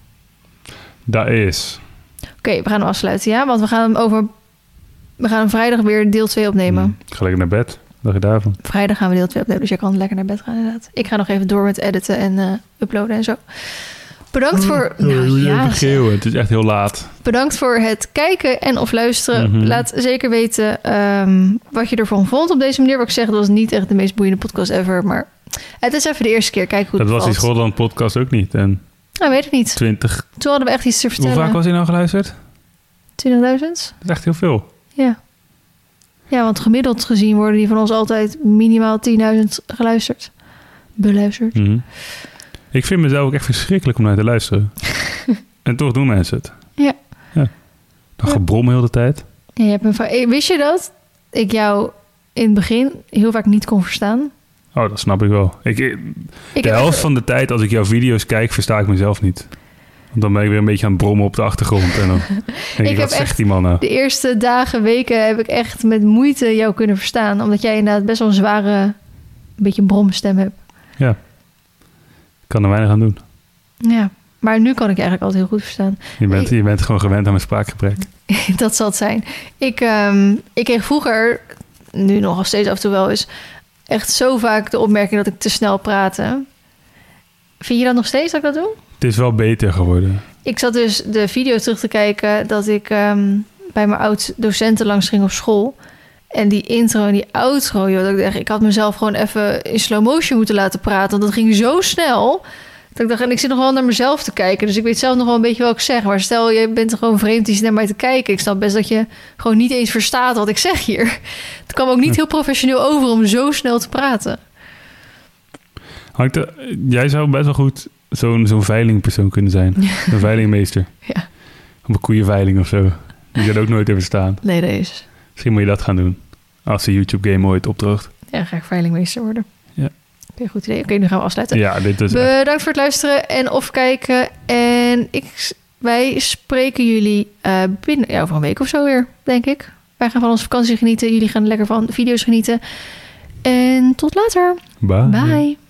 [SPEAKER 2] Dat is...
[SPEAKER 1] Oké, okay, we gaan hem afsluiten, ja? Want we gaan hem over... We gaan hem vrijdag weer deel twee opnemen.
[SPEAKER 2] Mm, ik ga lekker naar bed. Wat dacht je daarvan?
[SPEAKER 1] Vrijdag gaan we deel twee opnemen, dus jij kan lekker naar bed gaan inderdaad. Ik ga nog even door met editen en uh, uploaden en zo. Bedankt
[SPEAKER 2] oh,
[SPEAKER 1] voor...
[SPEAKER 2] Oh, nou, ja, geeuwen. Het is echt heel laat.
[SPEAKER 1] Bedankt voor het kijken en of luisteren. Mm-hmm. Laat zeker weten um, wat je ervan vond op deze manier. Wat ik zeg, dat was niet echt de meest boeiende podcast ever, maar het is even de eerste keer. Kijk hoe het
[SPEAKER 2] Dat was die Schotland podcast ook niet. En
[SPEAKER 1] nou, weet ik niet.
[SPEAKER 2] twintig.
[SPEAKER 1] Toen hadden we echt iets te vertellen.
[SPEAKER 2] Hoe vaak was hij nou geluisterd?
[SPEAKER 1] twintigduizend.
[SPEAKER 2] Dat is echt heel veel.
[SPEAKER 1] Ja. Ja, want gemiddeld gezien worden die van ons altijd minimaal tienduizend geluisterd. Beluisterd.
[SPEAKER 2] Mm-hmm. Ik vind mezelf ook echt verschrikkelijk om naar te luisteren. En toch doen mensen het.
[SPEAKER 1] Ja.
[SPEAKER 2] ja. Dan ja. gebrom heel de tijd.
[SPEAKER 1] Ja, je hebt een va- Wist je dat ik jou in het begin heel vaak niet kon verstaan?
[SPEAKER 2] Oh, dat snap ik wel. Ik, ik de helft echt... van de tijd als ik jouw video's kijk, versta ik mezelf niet. Want dan ben ik weer een beetje aan het brommen op de achtergrond. En dan denk ik, ik wat zegt die man nou?
[SPEAKER 1] De eerste dagen, weken heb ik echt met moeite jou kunnen verstaan. Omdat jij inderdaad best wel een zware, een beetje bromstem hebt.
[SPEAKER 2] Ja. Ik kan er weinig aan doen.
[SPEAKER 1] Ja, maar nu kan ik je eigenlijk altijd heel goed verstaan.
[SPEAKER 2] Je bent,
[SPEAKER 1] ik,
[SPEAKER 2] je bent gewoon gewend aan mijn spraakgebrek.
[SPEAKER 1] Dat zal het zijn. Ik, um, ik kreeg vroeger, nu nog steeds af en toe wel eens, echt zo vaak de opmerking dat ik te snel praatte. Vind je dat nog steeds dat ik dat doe?
[SPEAKER 2] Het is wel beter geworden.
[SPEAKER 1] Ik zat dus de video terug te kijken dat ik um, bij mijn oud-docenten langs ging op school. En die intro en die outro, joh, dat ik dacht, ik had mezelf gewoon even in slow motion moeten laten praten. Want dat ging zo snel. Dat ik dacht, en ik zit nog wel naar mezelf te kijken. Dus ik weet zelf nog wel een beetje wat ik zeg. Maar stel, je bent er gewoon vreemd, die zit naar mij te kijken. Ik snap best dat je gewoon niet eens verstaat wat ik zeg hier. Het kwam ook niet heel professioneel over om zo snel te praten.
[SPEAKER 2] Hangt er, jij zou best wel goed zo'n, zo'n veilingpersoon kunnen zijn. Ja. Een veilingmeester.
[SPEAKER 1] Ja.
[SPEAKER 2] Op een koeienveiling of zo. Die zou ook nooit even staan.
[SPEAKER 1] Nee, dat is.
[SPEAKER 2] Misschien moet je dat gaan doen. Als de YouTube-game ooit opdroogt.
[SPEAKER 1] Ja, ga ik veilingmeester worden.
[SPEAKER 2] Ja.
[SPEAKER 1] Oké, okay, goed idee. Oké, okay, nu gaan we afsluiten.
[SPEAKER 2] Ja, dit is
[SPEAKER 1] Bedankt echt... voor het luisteren en of kijken. En ik, wij spreken jullie uh, binnen ja, over een week of zo weer, denk ik. Wij gaan van onze vakantie genieten. Jullie gaan lekker van video's genieten. En tot later.
[SPEAKER 2] Bye.
[SPEAKER 1] Bye.